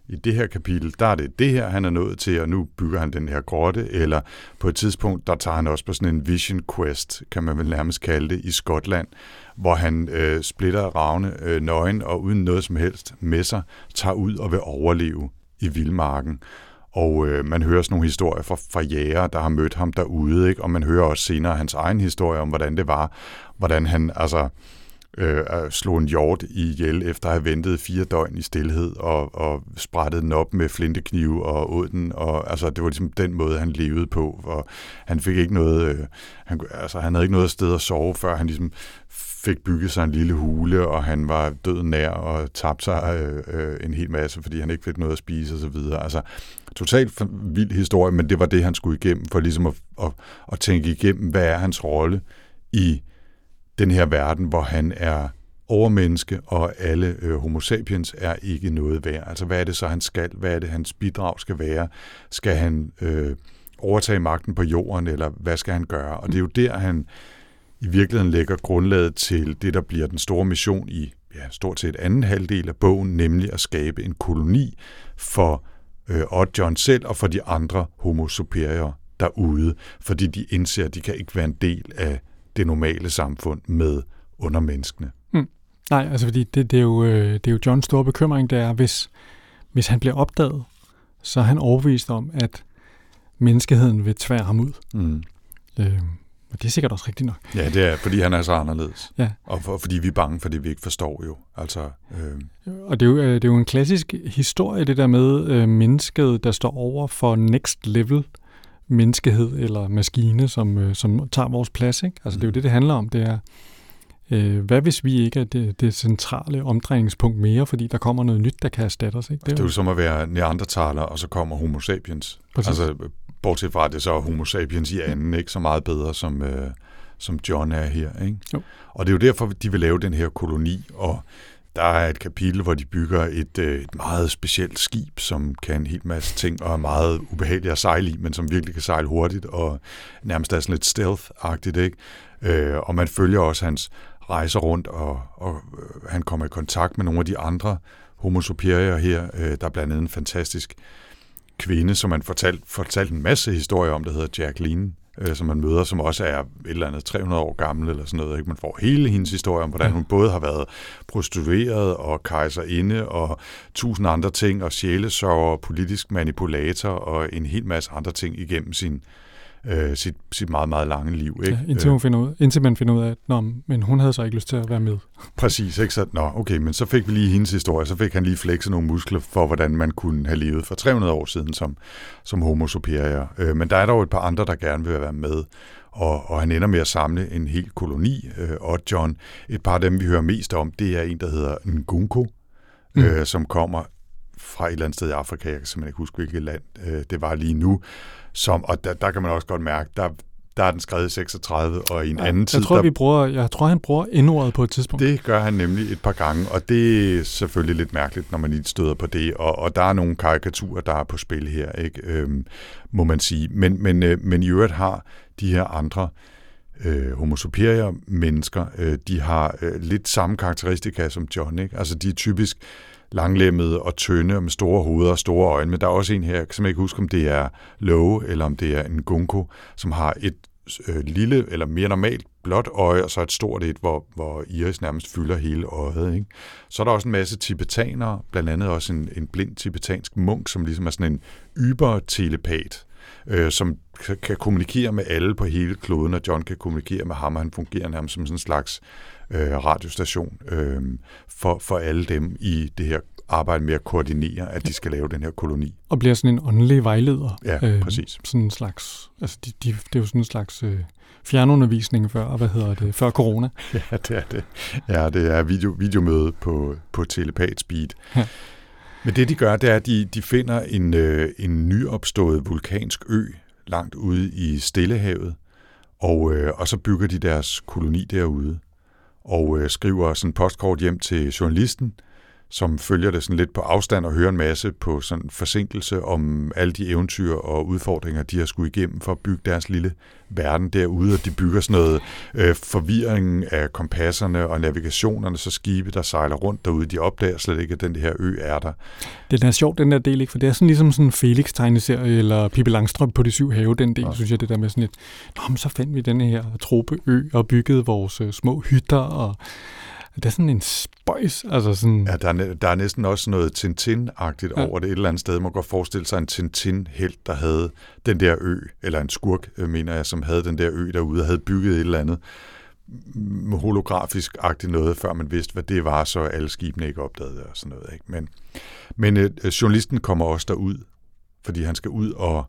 i det her kapitel, der er det det her, han er nået til, og nu bygger han den her grotte, eller på et tidspunkt, der tager han også på sådan en vision quest, kan man vel nærmest kalde det, i Skotland, hvor han øh, splitter ravne øh, nøgen, og uden noget som helst med sig, tager ud og vil overleve i vildmarken. Og øh, man hører sådan nogle historier fra, fra jæger, der har mødt ham derude, ikke? Og man hører også senere hans egen historie om, hvordan det var, hvordan han altså øh, slog en hjort ihjel, efter at have ventet fire døgn i stilhed, og, og sprættede den op med flinteknive og åd den, og altså, det var ligesom den måde, han levede på, og han fik ikke noget, øh, han, altså, han havde ikke noget sted at sove, før han ligesom fik bygget sig en lille hule, og han var døden nær og tabte sig øh, øh, en hel masse, fordi han ikke fik noget at spise og så videre. Altså, totalt vild historie, men det var det, han skulle igennem, for ligesom at, at, at tænke igennem, hvad er hans rolle i den her verden, hvor han er overmenneske, og alle øh, homo sapiens er ikke noget værd. Altså, hvad er det så, han skal? Hvad er det, hans bidrag skal være? Skal han øh, overtage magten på jorden, eller hvad skal han gøre? Og det er jo der, han i virkeligheden lægger grundlaget til det, der bliver den store mission i ja, stort set anden halvdel af bogen, nemlig at skabe en koloni for øh, Odd John selv og for de andre homo superior derude, fordi de indser, at de kan ikke være en del af det normale samfund med undermenneskene. Hmm. Nej, altså fordi det, det, er jo, det er jo Johns store bekymring, det er, hvis, hvis han bliver opdaget, så er han overbevist om, at menneskeheden vil tvære ham ud. Mm. Øh, og det er sikkert også rigtigt nok. Ja, det er, fordi han er så anderledes. Ja. Og for, fordi vi er bange for det, vi ikke forstår jo. Altså, øh... Og det er, jo, det er jo en klassisk historie, det der med øh, mennesket, der står over for next level menneskehed eller maskine, som, øh, som tager vores plads. Ikke? Altså, det er jo det, det handler om. Det er, øh, hvad hvis vi ikke er det, det centrale omdrejningspunkt mere, fordi der kommer noget nyt, der kan erstatte os. Ikke? Det, det er jo som at være neandertaler, og så kommer homo sapiens. Præcis. Altså, bortset fra, at det så er homo sapiens i anden, ikke så meget bedre, som, øh, som John er her. Ikke? Jo. Og det er jo derfor, de vil lave den her koloni, og der er et kapitel, hvor de bygger et, øh, et meget specielt skib, som kan en hel masse ting, og er meget ubehageligt at sejle i, men som virkelig kan sejle hurtigt, og nærmest er sådan lidt stealth-agtigt, ikke? Øh, og man følger også hans rejser rundt, og, og øh, han kommer i kontakt med nogle af de andre homo superior her. Øh, der er blandt andet en fantastisk kvinde, som man fortalt, fortalt en masse historier om, der hedder Jacqueline, øh, som man møder, som også er et eller andet tre hundrede år gammel, eller sådan noget. Ikke? Man får hele hendes historie om, hvordan hun både har været prostitueret og kejserinde, og tusind andre ting, og sjælesørger, politisk manipulator, og en hel masse andre ting igennem sin Øh, sit, sit meget, meget lange liv. Ikke? Ja, indtil, hun finder ud, indtil man finder ud af, at nå, men hun havde så ikke lyst til at være med. Præcis, ikke? Så, nå, okay, men så fik vi lige hendes historie, så fik han lige flekset nogle muskler for, hvordan man kunne have levet for tre hundrede år siden som, som homo superior. Øh, men der er dog et par andre, der gerne vil være med, og, og han ender med at samle en hel koloni, øh, og John, et par af dem, vi hører mest om, det er en, der hedder Ngunko, mm. øh, som kommer fra et eller andet sted i Afrika, jeg kan simpelthen ikke huske, hvilket land øh, det var lige nu, som, og der, der kan man også godt mærke, der, der er den skrevet i seksogtredive, og i en ja, anden tid... Jeg tror, der, vi bruger, jeg tror, han bruger N-ordet på et tidspunkt. Det gør han nemlig et par gange, og det er selvfølgelig lidt mærkeligt, når man lige støder på det, og, og der er nogle karikaturer, der er på spil her, ikke, øhm, må man sige. Men, men, øh, men i øvrigt har de her andre øh, homo superior mennesker, øh, de har øh, lidt samme karakteristika som John, ikke? Altså, de er typisk langlemmede og tynde, og med store hoveder og store øjne. Men der er også en her, jeg kan ikke huske, om det er Lowe, eller om det er en Ngunko, som har et øh, lille, eller mere normalt blåt øje, og så et stort et, hvor, hvor iris nærmest fylder hele øjet. Ikke? Så er der også en masse tibetanere, blandt andet også en, en blind tibetansk munk, som ligesom er sådan en yber-telepat, øh, som kan, kan kommunikere med alle på hele kloden, og John kan kommunikere med ham, og han fungerer nærmest som sådan en slags øh, radiostation øh, for, for alle dem i det her arbejde med at koordinere, at de skal lave den her koloni. Og bliver sådan en åndelig vejleder. Ja, øh, præcis. Sådan en slags, altså de, de, det er jo sådan en slags øh, fjernundervisning før, hvad hedder det, før corona. Ja, det er det. Ja, det er video, videomøde på, på telepat speed. Ja. Men det, de gør, det er, at de, de finder en, øh, en nyopstået vulkansk ø langt ude i Stillehavet, og, øh, og så bygger de deres koloni derude, og øh, skriver sådan en postkort hjem til journalisten, som følger det sådan lidt på afstand og hører en masse på sådan forsinkelse om alle de eventyr og udfordringer, de har skulle igennem for at bygge deres lille verden derude, og de bygger sådan noget øh, forvirring af kompasserne og navigationerne, så skibe, der sejler rundt derude, de opdager slet ikke, at den her ø er der. Det er sjovt, den der del, ikke? For det er sådan ligesom sådan en Felix-tegneserie, eller Pippi Langstrømpe på de syv have, den del, ja. Synes jeg, det der med sådan et, nå, men så fandt vi denne her tropeø og byggede vores øh, små hytter, og det er sådan en spøjs, altså sådan... Ja, der er, der er næsten også noget Tintin-agtigt ja. Over det et eller andet sted. Man kan godt forestille sig en Tintin-helt, der havde den der ø, eller en skurk, mener jeg, som havde den der ø derude, og havde bygget et eller andet holografisk-agtigt noget, før man vidste, hvad det var, så alle skibene ikke opdagede det og sådan noget. Ikke? Men, men øh, journalisten kommer også derud, fordi han skal ud og,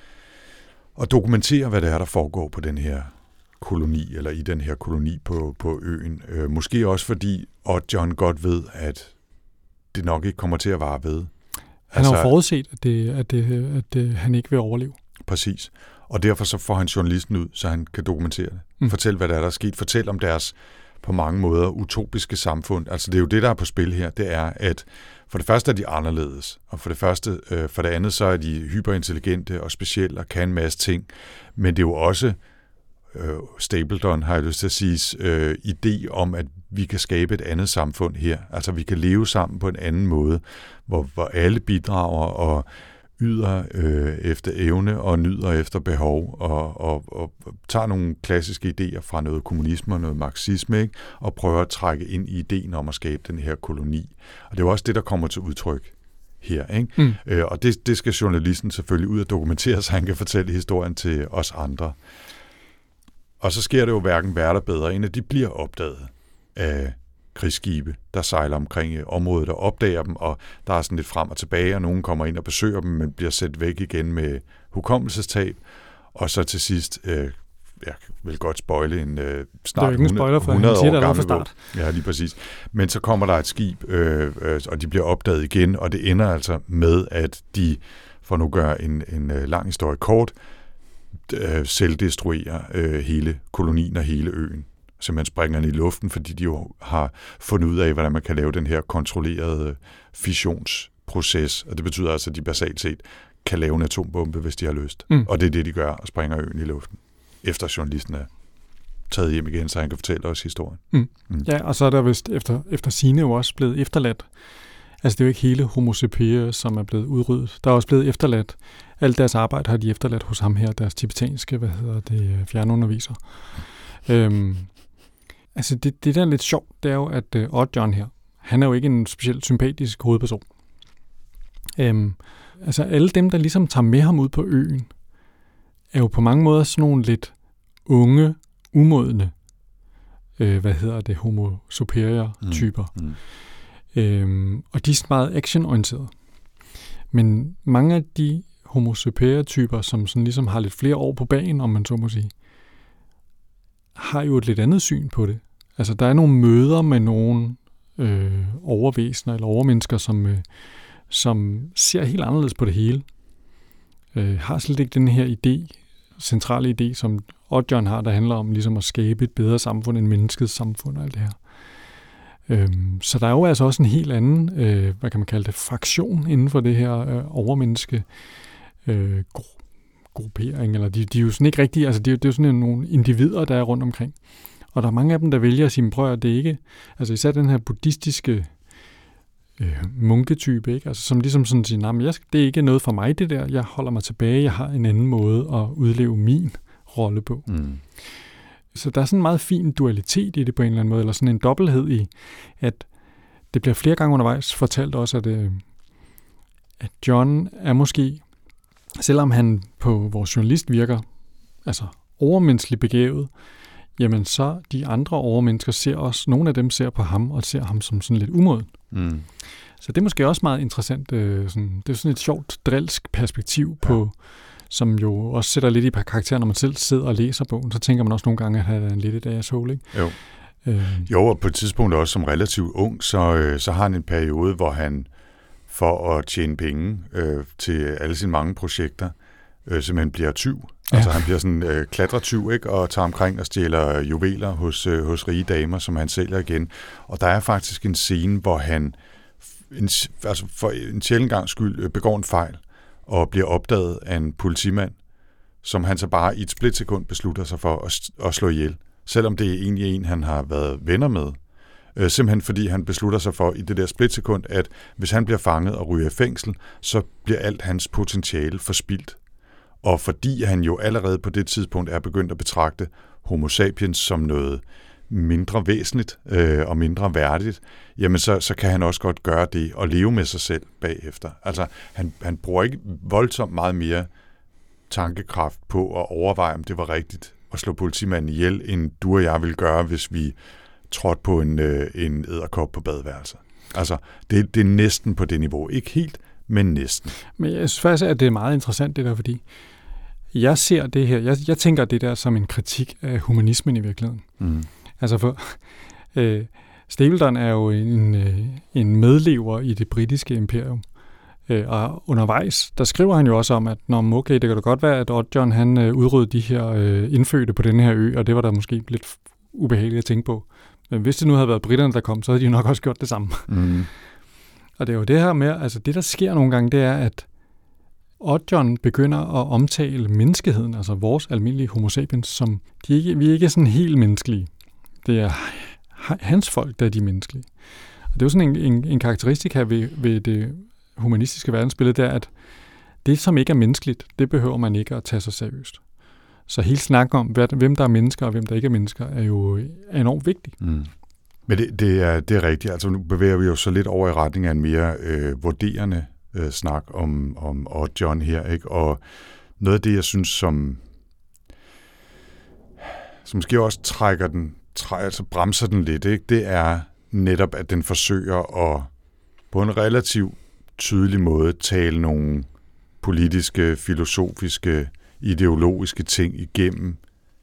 og dokumentere, hvad det er, der foregår på den her koloni, eller i den her koloni på, på øen. Øh, måske også fordi Odd John godt ved, at det nok ikke kommer til at vare ved. Han altså, har jo forudset, at, det, at, det, at det, han ikke vil overleve. Præcis. Og derfor så får han journalisten ud, så han kan dokumentere det. Mm. Fortæl, hvad der er, der er sket. Fortæl om deres på mange måder utopiske samfund. Altså det er jo det, der er på spil her. Det er, at for det første er de anderledes, og for det første, øh, for det andet, så er de hyperintelligente og specielle og kan en masse ting. Men det er jo også øh, Stapledon, har jeg lyst til at sige, øh, idé om, at vi kan skabe et andet samfund her. Altså vi kan leve sammen på en anden måde, hvor, hvor alle bidrager og yder øh, efter evne og nyder efter behov, og, og, og tager nogle klassiske idéer fra noget kommunisme og noget marxisme, ikke? Og prøver at trække ind i ideen om at skabe den her koloni. Og det er jo også det, der kommer til udtryk her. Ikke? Mm. Øh, og det, det skal journalisten selvfølgelig ud og dokumentere, så han kan fortælle historien til os andre. Og så sker det jo hverken værre eller bedre, end at de bliver opdaget af krigsskibe, der sejler omkring området og opdager dem, og der er sådan lidt frem og tilbage, og nogen kommer ind og besøger dem, men bliver sendt væk igen med hukommelsestab, og så til sidst, øh, jeg vil godt spoile en øh, snart hundrede, spoiler for, hundrede år gammel start. Ja, lige præcis. Men så kommer der et skib, øh, øh, og de bliver opdaget igen, og det ender altså med, at de, for at nu gøre en, en lang historie kort, øh, selvdestruerer øh, hele kolonien og hele øen. Simpelthen springer den i luften, fordi de jo har fundet ud af, hvordan man kan lave den her kontrollerede fissionsproces. Og det betyder altså, at de basalt set kan lave en atombombe, hvis de har lyst. Mm. Og det er det, de gør, og springer øen i luften. Efter journalisten er taget hjem igen, så han kan fortælle os historien. Mm. Mm. Ja, og så er der vist efter, efter sigende jo også blevet efterladt. Altså det er jo ikke hele Homo sapiens, som er blevet udryddet. Der er også blevet efterladt. Alt deres arbejde har de efterladt hos ham her, deres tibetanske, hvad hedder det, fjernunderviser. Mm. Øhm, Altså det, det der er lidt sjovt, det er jo, at uh, Odd John her, han er jo ikke en specielt sympatisk hovedperson. Um, altså alle dem, der ligesom tager med ham ud på øen, er jo på mange måder sådan nogle lidt unge, umodne, øh, hvad hedder det, homo superior-typer. Mm. Mm. Um, og de er meget actionorienterede. Men mange af de homo superior-typer, som sådan ligesom har lidt flere år på bagen, om man så må sige, har jo et lidt andet syn på det. Altså, der er nogle møder med nogle øh, overvæsener eller overmennesker, som, øh, som ser helt anderledes på det hele. Øh, har slet ikke den her idé, centrale idé, som Odd John har, der handler om ligesom at skabe et bedre samfund end menneskets samfund og alt det her. Øh, så der er jo altså også en helt anden, øh, hvad kan man kalde det, fraktion inden for det her øh, overmenneske øh, gruppering, eller de, de er jo sådan ikke rigtige, altså det er, det er jo sådan nogle individer, der er rundt omkring. Og der er mange af dem, der vælger at sige, prøv at det ikke, altså især den her buddhistiske øh, munketype, ikke? Altså som ligesom sådan siger, nej, men jeg, det er ikke noget for mig det der, jeg holder mig tilbage, jeg har en anden måde at udleve min rolle på. Mm. Så der er sådan en meget fin dualitet i det på en eller anden måde, eller sådan en dobbelthed i, at det bliver flere gange undervejs fortalt også, at, øh, at John er måske, selvom han på vores journalist virker altså overmenneskeligt begavet, jamen så de andre overmennesker ser også, nogle af dem ser på ham og ser ham som sådan lidt umoden. Mm. Så det er måske også meget interessant. Øh, sådan, det er sådan et sjovt drilsk perspektiv på, ja. Som jo også sætter lidt i karakteren, når man selv sidder og læser bogen, så tænker man også nogle gange, at han er en lidt et asshole, ikke? Jo. Øh. Jo, og på et tidspunkt også som relativt ung, så, øh, så har han en periode, hvor han for at tjene penge øh, til alle sine mange projekter, øh, simpelthen bliver tyv. Ja. Altså han bliver sådan øh, klatretyv, ikke? Og tager omkring og stjæler juveler hos, øh, hos rige damer, som han sælger igen. Og der er faktisk en scene, hvor han en, altså for en sjældent gang skyld begår en fejl og bliver opdaget af en politimand, som han så bare i et splitsekund beslutter sig for at, at slå ihjel. Selvom det er egentlig en, han har været venner med. Øh, simpelthen fordi han beslutter sig for i det der splitsekund, at hvis han bliver fanget og ryger i fængsel, så bliver alt hans potentiale forspildt. Og fordi han jo allerede på det tidspunkt er begyndt at betragte Homo sapiens som noget mindre væsentligt øh, og mindre værdigt, jamen så, så kan han også godt gøre det og leve med sig selv bagefter. Altså, han, han bruger ikke voldsomt meget mere tankekraft på at overveje, om det var rigtigt at slå politimanden ihjel, end du og jeg ville gøre, hvis vi trådte på en, øh, en edderkop på badeværelset. Altså, det, det er næsten på det niveau. Ikke helt, men næsten. Men jeg synes faktisk, at det er meget interessant, det der, fordi jeg ser det her, jeg, jeg tænker det der som en kritik af humanismen i virkeligheden. Mm. Altså for øh, Stapledon er jo en, øh, en medlever i det britiske imperium. Øh, og undervejs, der skriver han jo også om, at når okay, det kan da godt være, at Oddjohn han øh, udryddede de her øh, indfødte på den her ø, og det var der måske lidt ubehageligt at tænke på. Men hvis det nu havde været britterne, der kom, så havde de jo nok også gjort det samme. Mm. Og det er jo det her med, altså det der sker nogle gange, det er, at Oddjohn begynder at omtale menneskeheden, altså vores almindelige homo sapiens, som de ikke, vi er ikke sådan helt menneskelige. Det er hans folk, der er de menneskelige. Og det er jo sådan en, en, en karakteristik her ved, ved det humanistiske verdensbillede, det er, at det, som ikke er menneskeligt, det behøver man ikke at tage sig seriøst. Så hele snakken om, hvem der er mennesker og hvem der ikke er mennesker, er jo enormt vigtigt. Mm. Men det, det, er, det er rigtigt. Altså nu bevæger vi jo så lidt over i retning af en mere øh, vurderende øh, snak om, om Oddjohn her, ikke? Og noget af det, jeg synes, som, som måske også trækker den, træ, altså bremser den lidt, ikke? Det er netop, at den forsøger at på en relativt tydelig måde tale nogle politiske, filosofiske, ideologiske ting igennem,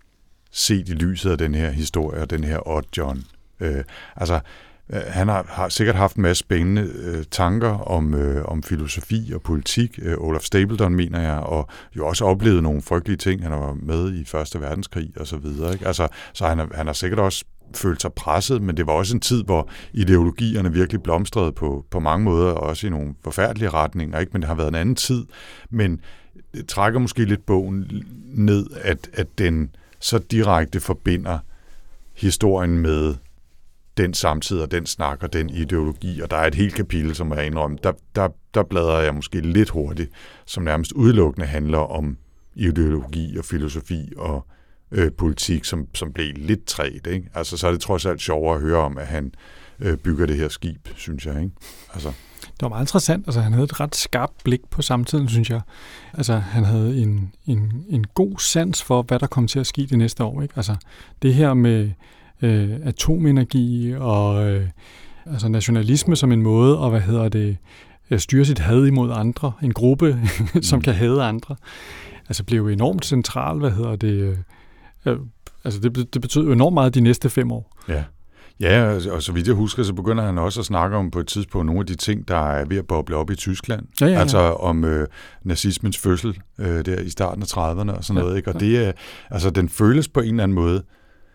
set i lyset af den her historie og den her Oddjohn. Øh, altså, øh, han har, har sikkert haft en masse spændende øh, tanker om, øh, om filosofi og politik. Øh, Olaf Stapledon, mener jeg, og jo også oplevet nogle frygtelige ting. Han var med i Første Verdenskrig og så videre. Ikke? Altså, så han har, han har sikkert også følt sig presset, men det var også en tid, hvor ideologierne virkelig blomstrede på, på mange måder, og også i nogle forfærdelige retninger. Ikke? Men det har været en anden tid. Men det trækker måske lidt bogen ned, at, at den så direkte forbinder historien med den samtid og den snak og den ideologi, og der er et helt kapitel, som jeg indrømmer, der, der, der bladrer jeg måske lidt hurtigt, som nærmest udelukkende handler om ideologi og filosofi og øh, politik, som, som blev lidt træt, ikke? Altså, så er det trods alt sjovere at høre om, at han øh, bygger det her skib, synes jeg, ikke? Altså. Det var meget interessant. Altså, han havde et ret skarpt blik på samtiden, synes jeg. Altså, han havde en, en, en god sans for, hvad der kom til at ske det næste år, ikke? Altså, det her med øh, atomenergi og øh, altså nationalisme som en måde at, hvad hedder det, at styre sit had imod andre, en gruppe, som kan hade andre, altså blev enormt central, hvad hedder det, øh, altså det, det betød jo enormt meget de næste fem år. Ja. Ja, og så vidt jeg husker, så begynder han også at snakke om på et tidspunkt nogle af de ting, der er ved at boble op i Tyskland. Ja, ja, ja. Altså om øh, nazismens fødsel øh, der i starten af trediverne og sådan ja, noget. Ikke? Og ja. det er, altså den føles på en eller anden måde,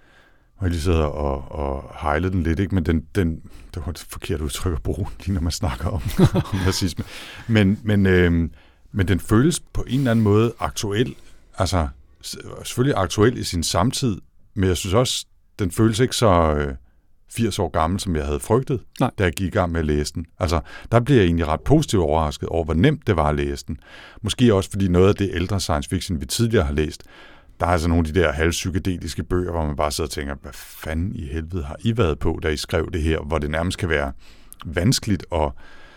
og jeg lige sidder og, og hejlede den lidt, ikke? Men den, den, det var et forkert udtryk at bruge, lige når man snakker om, om nazisme. Men, men, øh, men den føles på en eller anden måde aktuel, altså selvfølgelig aktuel i sin samtid, men jeg synes også, den føles ikke så Øh, firs år gammel, som jeg havde frygtet, Nej. da jeg gik i gang med at læse den. Altså, der blev jeg egentlig ret positivt overrasket over, hvor nemt det var at læse den. Måske også, fordi noget af det ældre science fiction, vi tidligere har læst, der er altså nogle af de der halvpsykedeliske bøger, hvor man bare sidder og tænker, hvad fanden i helvede har I været på, da I skrev det her, hvor det nærmest kan være vanskeligt at,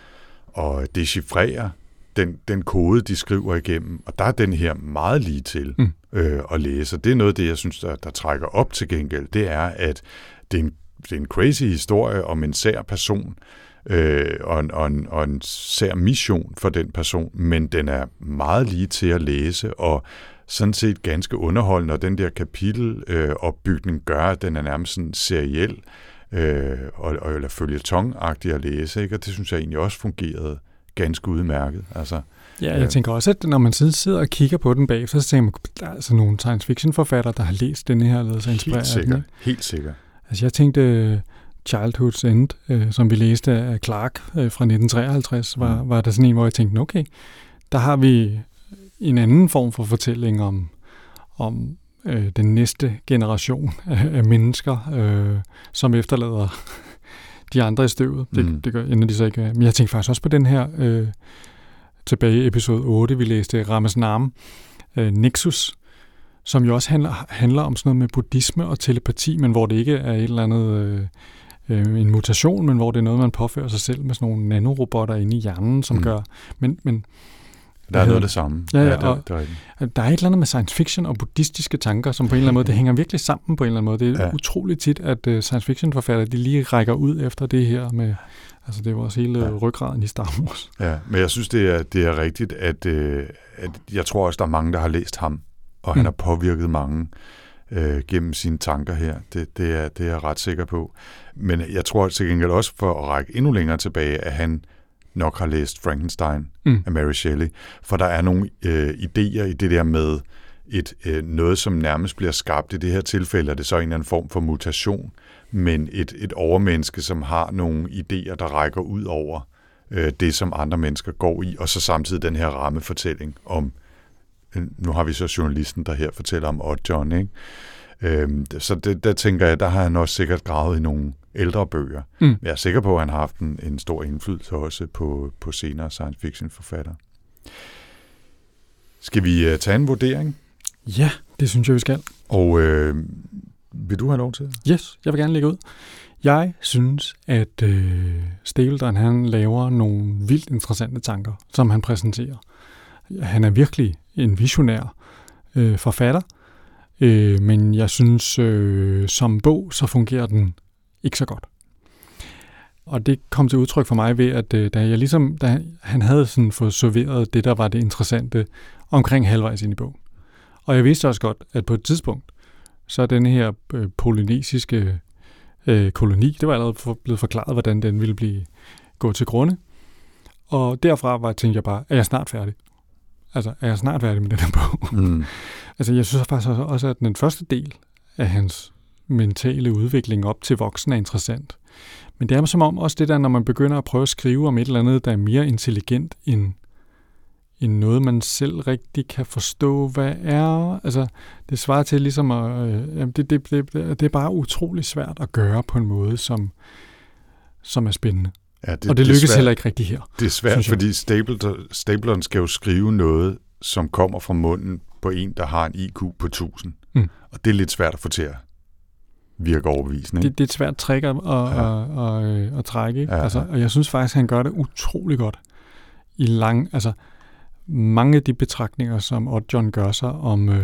at dechiffrere den, den kode, de skriver igennem. Og der er den her meget lige til mm. øh, at læse. Det er noget af det, jeg synes, der, der trækker op til gengæld. Det er, at det er en Det er en crazy historie om en sær person øh, og, en, og, en, og en sær mission for den person, men den er meget lige til at læse og sådan set ganske underholdende, og den der kapitelopbygning øh, gør, at den er nærmest sådan seriel øh, og, og eller føljetonagtig at læse, ikke? Og det synes jeg egentlig også fungerede ganske udmærket. Altså, ja, jeg øh, tænker også, at når man sidder og kigger på den bagefter, så tænker man, der er altså nogle science fiction forfattere, der har læst den her og lavet sig inspirere. Helt sikkert, helt sikkert. Altså jeg tænkte, Childhood's End, øh, som vi læste af Clark øh, fra nitten treoghalvtreds, var, var der sådan en, hvor jeg tænkte, okay, der har vi en anden form for fortælling om, om øh, den næste generation af, af mennesker, øh, som efterlader de andre i støvet. Det, mm. det gør ender de så ikke. Men jeg tænkte faktisk også på den her, øh, tilbage i episode otte, vi læste Rames Naam, øh, Nexus, som jo også handler, handler om sådan noget med buddhisme og telepati, men hvor det ikke er et eller andet, øh, øh, en mutation, men hvor det er noget, man påfører sig selv med sådan nogle nanorobotter inde i hjernen, som mm. gør... Men, men, der er noget af det samme. Ja, ja, ja, det, og det er der er et eller andet med science fiction og buddhistiske tanker, som på en eller anden måde, det hænger virkelig sammen på en eller anden måde. Det er ja. utroligt tit, at uh, science fiction forfattere, de lige rækker ud efter det her med... Altså, det var også hele ja. ryggraden i Star Wars. Ja, men jeg synes, det er, det er rigtigt, at, øh, at jeg tror også, der er mange, der har læst ham, og mm. han har påvirket mange øh, gennem sine tanker her. Det, det, er, det er jeg ret sikker på. Men jeg tror til gengæld også, for at række endnu længere tilbage, at han nok har læst Frankenstein mm. af Mary Shelley, for der er nogle øh, idéer i det der med et, øh, noget, som nærmest bliver skabt. I det her tilfælde er det så en eller anden form for mutation, men et, et overmenneske, som har nogle idéer, der rækker ud over øh, det, som andre mennesker går i, og så samtidig den her rammefortælling om, nu har vi så journalisten, der her fortæller om Odd John, ikke? Øhm, så det, der tænker jeg, der har han også sikkert gravet i nogle ældre bøger. Mm. Jeg er sikker på, at han har haft en, en stor indflydelse også på, på senere science fiction forfattere. Skal vi uh, tage en vurdering? Ja, det synes jeg, vi skal. Og øh, vil du have lov til det? Yes, jeg vil gerne lægge ud. Jeg synes, at øh, Stapleton, han laver nogle vildt interessante tanker, som han præsenterer. Han er virkelig en visionær øh, forfatter, øh, men jeg synes, øh, som bog, så fungerer den ikke så godt. Og det kom til udtryk for mig ved, at øh, da jeg ligesom, da han havde sådan fået serveret det, der var det interessante, omkring halvvejs ind i bogen. Og jeg vidste også godt, at på et tidspunkt, så er denne her øh, polynesiske øh, koloni, det var allerede for, blevet forklaret, hvordan den ville blive gå til grunde. Og derfra var, tænkte jeg bare, er jeg snart færdig? Altså, er jeg snart færdig med den her bog? Mm. Altså, jeg synes faktisk også, at den første del af hans mentale udvikling op til voksen er interessant. Men det er som om også det der, når man begynder at prøve at skrive om et eller andet, der er mere intelligent end, end noget, man selv rigtig kan forstå, hvad er. Altså, det svarer til ligesom at... Øh, det, det, det, det er bare utrolig svært at gøre på en måde, som, som er spændende. Ja, det, og det lykkes det heller ikke rigtigt her. Det er svært, fordi Stapleton, Stapleton skal jo skrive noget, som kommer fra munden på en, der har en I Q på tusind. Mm. Og det er lidt svært at få til at virke overbevisende. Det, det er et svært trick at, ja. at, at, at, at trække. Ikke? Ja, altså, og jeg synes faktisk, at han gør det utrolig godt. I lang, altså, mange af de betragtninger, som Odd John gør sig om, øh,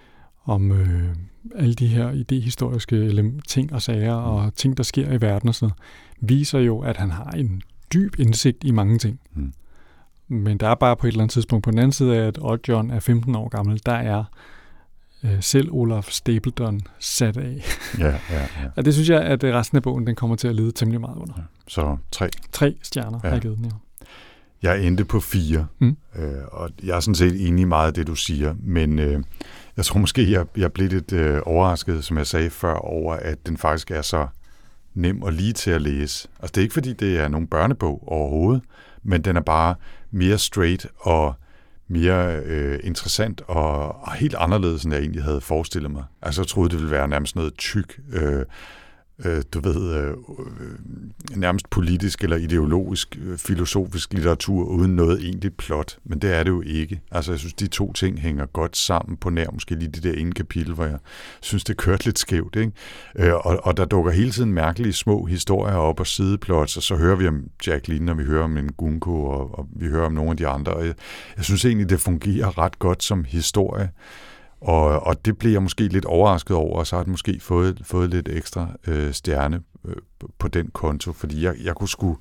om øh, alle de her idehistoriske ting og sager og ting, der sker i verden og sådan noget, viser jo, at han har en dyb indsigt i mange ting. Mm. Men der er bare på et eller andet tidspunkt på den anden side af, at Odd John er femten år gammel, der er øh, selv Olaf Stapleton sat af. Ja, ja, ja. Og det synes jeg, at resten af bogen, den kommer til at lide temmelig meget under. Ja. Så tre. Tre stjerner ja. har jeg givet den, ja. Jeg endte på fire, mm. øh, og jeg er sådan set enig i meget af det, du siger, men øh, jeg tror måske, jeg, jeg blev lidt øh, overrasket, som jeg sagde før, over at den faktisk er så nem og lige til at læse. Altså det er ikke fordi, det er nogen børnebog overhovedet, men den er bare mere straight og mere øh, interessant og, og helt anderledes, end jeg egentlig havde forestillet mig. Altså jeg troede, det ville være nærmest noget tyk, øh, øh, du ved, øh, nærmest politisk eller ideologisk, øh, filosofisk litteratur uden noget egentligt plot, men det er det jo ikke. Altså jeg synes, de to ting hænger godt sammen på nær måske lige det der ene kapitel, hvor jeg synes, det kørte lidt skævt, ikke? Øh, og, og der dukker hele tiden mærkelige små historier op og sideplots, og så hører vi om Jacqueline, og vi hører om en Gunko, og, og vi hører om nogle af de andre, og jeg, jeg synes egentlig, det fungerer ret godt som historie. Og, og det blev jeg måske lidt overrasket over, og så har det måske fået, fået lidt ekstra øh, stjerne øh, på den konto, fordi jeg, jeg kunne sgu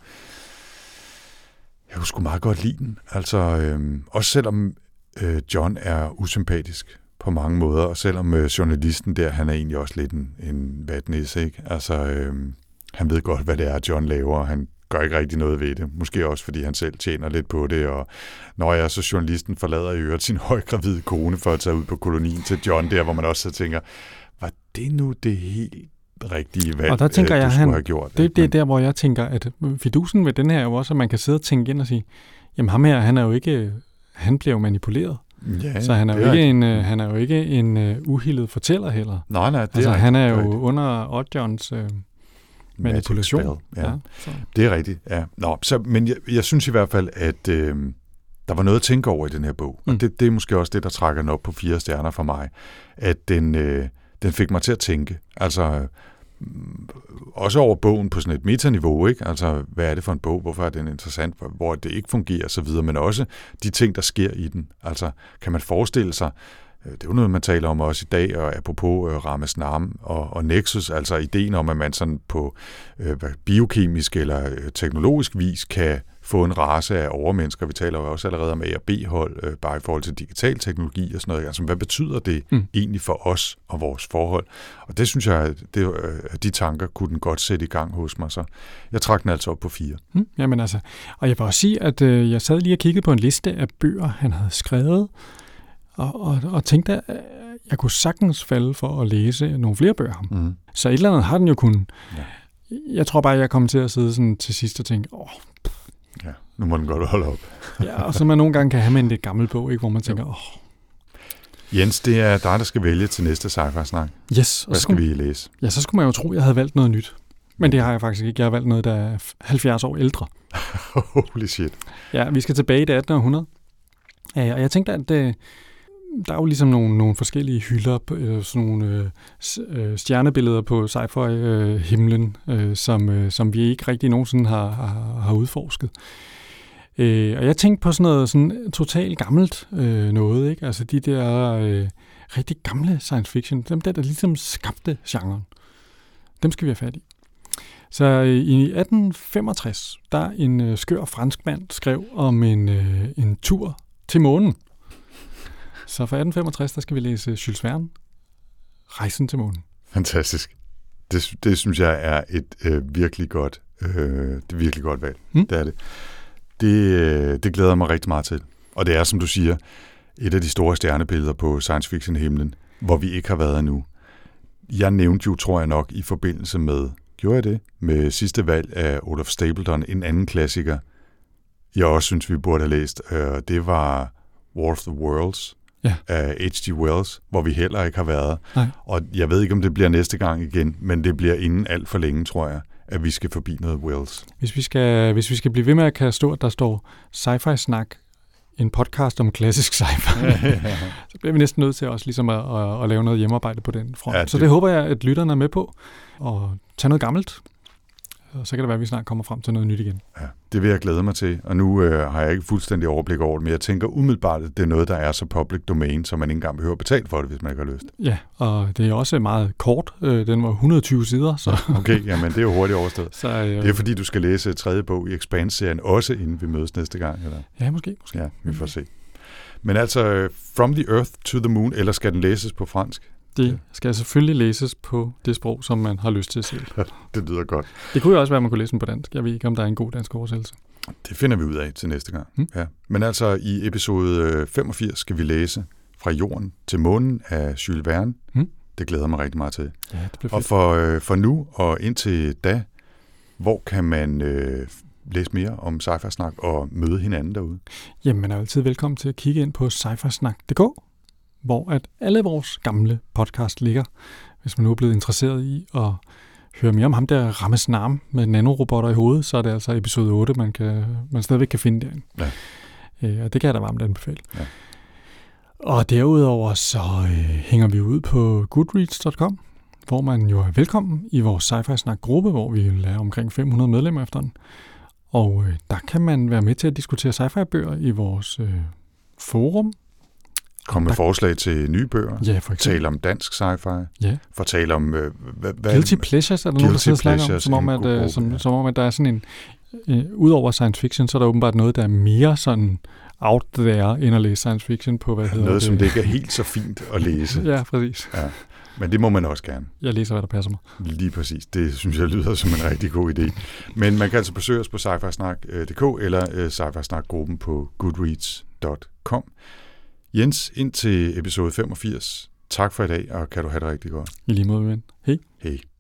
jeg kunne sgu meget godt lide den. Altså, øh, også selvom øh, John er usympatisk på mange måder, og selvom øh, journalisten der, han er egentlig også lidt en, en vatnisse, ikke? Altså, øh, han ved godt, hvad det er, John laver, og han gør ikke rigtig noget ved det. Måske også, fordi han selv tjener lidt på det, og når jeg så journalisten forlader i øvrigt sin højgravide kone for at tage ud på kolonien til John der, hvor man også så tænker, var det nu det helt rigtige valg, og der tænker du jeg, skulle han, have gjort. Det, det er der, hvor jeg tænker, at fidusen ved den her er jo også, at man kan sidde og tænke ind og sige, jamen ham her, han er jo ikke, han bliver jo manipuleret. Ja, så han er, er jo ikke en, uh, han er jo ikke en uh, uhildet fortæller heller. Nej, nej, det altså, er han er rigtigt. jo under Oddjohns uh, manipulation. Ja. Ja, det er rigtigt, ja. Nå, så, men jeg, jeg synes i hvert fald, at øh, der var noget at tænke over i den her bog. Mm. Og det, det er måske også det, der trækker den op på fire stjerner for mig. At den, øh, den fik mig til at tænke. Altså, øh, også over bogen på sådan et metaniveau, ikke? Altså, hvad er det for en bog? Hvorfor er den interessant? Hvor det ikke fungerer, og så videre. Men også de ting, der sker i den. Altså, kan man forestille sig, det er jo noget, man taler om også i dag, og apropos uh, Ramesnam og, og Nexus, altså ideen om, at man sådan på uh, biokemisk eller uh, teknologisk vis kan få en race af overmennesker. Vi taler jo også allerede om A og B-hold, uh, bare i forhold til digital teknologi og sådan noget. Altså, hvad betyder det mm. egentlig for os og vores forhold? Og det synes jeg, det, uh, de tanker kunne den godt sætte i gang hos mig. Så jeg trak den altså op på fire. Mm, jamen altså, og jeg vil også sige, at uh, jeg sad lige og kiggede på en liste af bøger, han havde skrevet, Og, og, og tænkte, at jeg kunne sagtens falde for at læse nogle flere bøger. Mm. Så et eller andet har den jo kunnet. Ja. Jeg tror bare, jeg kommer til at sidde sådan til sidst og tænke, åh, ja, nu må den godt holde op. Ja, og så man nogle gange kan have med en lidt gammel bog, ikke, hvor man tænker, åh. Jens, det er dig, der skal vælge til næste sci-fi-snak. Yes. Hvad skal vi læse? Ja, så skulle man jo tro, at jeg havde valgt noget nyt. Men det har jeg faktisk ikke. Jeg har valgt noget, der er halvfjerds år ældre. Holy shit. Ja, vi skal tilbage i det attende århundrede. Og jeg tænkte, at det, der er jo ligesom nogle, nogle forskellige hylder, øh, sådan nogle øh, stjernebilleder på sci-fi-himlen, øh, som, øh, som vi ikke rigtig nogensinde har, har, har udforsket. Øh, og jeg tænkte på sådan noget sådan totalt gammelt øh, noget, ikke? Altså de der øh, rigtig gamle science fiction, dem der, der ligesom skabte genren. Dem skal vi have fat i. Så øh, i atten femogtres, der en øh, skør franskmand skrev om en, øh, en tur til månen. Så for atten femogtres, der skal vi læse Jules Verne, Rejsen til månen. Fantastisk. Det, det synes jeg er et øh, virkelig godt, øh, det virkelig godt valg. Hmm? Det er det. Det, øh, det glæder mig rigtig meget til. Og det er, som du siger, et af de store stjernebilleder på science fiction-himlen, hvor vi ikke har været endnu. Jeg nævnte jo, tror jeg nok, i forbindelse med, gjorde jeg det, med sidste valg af Olaf Stapledon, en anden klassiker, jeg også synes, vi burde have læst. Øh, det var War of the Worlds, ja, af H G Wells, hvor vi heller ikke har været. Nej. Og jeg ved ikke, om det bliver næste gang igen, men det bliver inden alt for længe, tror jeg, at vi skal forbi noget Wells. Hvis vi skal, hvis vi skal blive ved med at kan stå, at der står sci-fi-snak, en podcast om klassisk sci-fi, ja, ja, ja. så bliver vi næsten nødt til også ligesom at, at, at lave noget hjemmearbejde på den front. Ja, det... Så det håber jeg, at lytterne er med på, og tage noget gammelt, og så kan det være, at vi snart kommer frem til noget nyt igen. Ja, det vil jeg glæde mig til, og nu øh, har jeg ikke fuldstændig overblik over det, men jeg tænker umiddelbart, at det er noget, der er så public domain, så man ikke engang behøver at betale for det, hvis man ikke har lyst. Ja, og det er også meget kort. Den var et hundrede og tyve sider. Så. Okay, jamen det er jo hurtigt overstået. Så, øh... Det er fordi, du skal læse tredje bog i Expanse-serien, også inden vi mødes næste gang, eller? Ja, måske. måske. Ja, vi får se. Men altså, From the Earth to the Moon, eller skal den læses på fransk? Det skal selvfølgelig læses på det sprog, som man har lyst til selv. Det lyder godt. Det kunne jo også være, at man kunne læse den på dansk. Jeg ved ikke, om der er en god dansk oversættelse. Det finder vi ud af til næste gang. Hmm. Ja. Men altså, i episode femogfirs skal vi læse Fra jorden til månen af Jules Verne. Hmm. Det glæder mig rigtig meget til. Ja, det bliver fedt. Og for, øh, for nu og indtil da, hvor kan man øh, læse mere om sci-fi-snak og møde hinanden derude? Jamen, man er altid velkommen til at kigge ind på sci fi snak punktum d k, hvor at alle vores gamle podcast ligger, hvis man nu er blevet interesseret i at høre mere om ham der Ramesnam med nanorobotter i hovedet, så er det altså episode otte, man, kan, man stadigvæk kan finde derinde. Ja. Øh, og det kan jeg da varmt anbefale. Ja. Og derudover så øh, hænger vi ud på goodreads punktum com, hvor man jo er velkommen i vores sci-fi-snak-gruppe, hvor vi er omkring fem hundrede medlemmer efterhånden. Og øh, der kan man være med til at diskutere sci-fi-bøger i vores øh, forum. Kom med der... forslag til nye bøger. Ja, for eksempel. Tale om dansk sci-fi. Ja. Fortæl om... Øh, hvad, hvad... Guilty Pleasures er der nogen, der sidder og snakker om, som om, at, øh, som, ja. som om, at der er sådan en... Øh, Udover science fiction, så er der åbenbart noget, der er mere sådan out there, end at læse science fiction på, hvad hedder noget, det? som det ikke er helt så fint at læse. Ja, præcis. Ja. Men det må man også gerne. Jeg læser, hvad der passer mig. Lige præcis. Det synes jeg lyder som en rigtig god idé. Men man kan altså besøge os på sci fi snak punktum d k eller uh, sci fi snak-gruppen på goodreads punktum com. Jens, ind til episode femogfirs. Tak for i dag, og kan du have det rigtig godt. I lige måde, ven. Hej. Hej.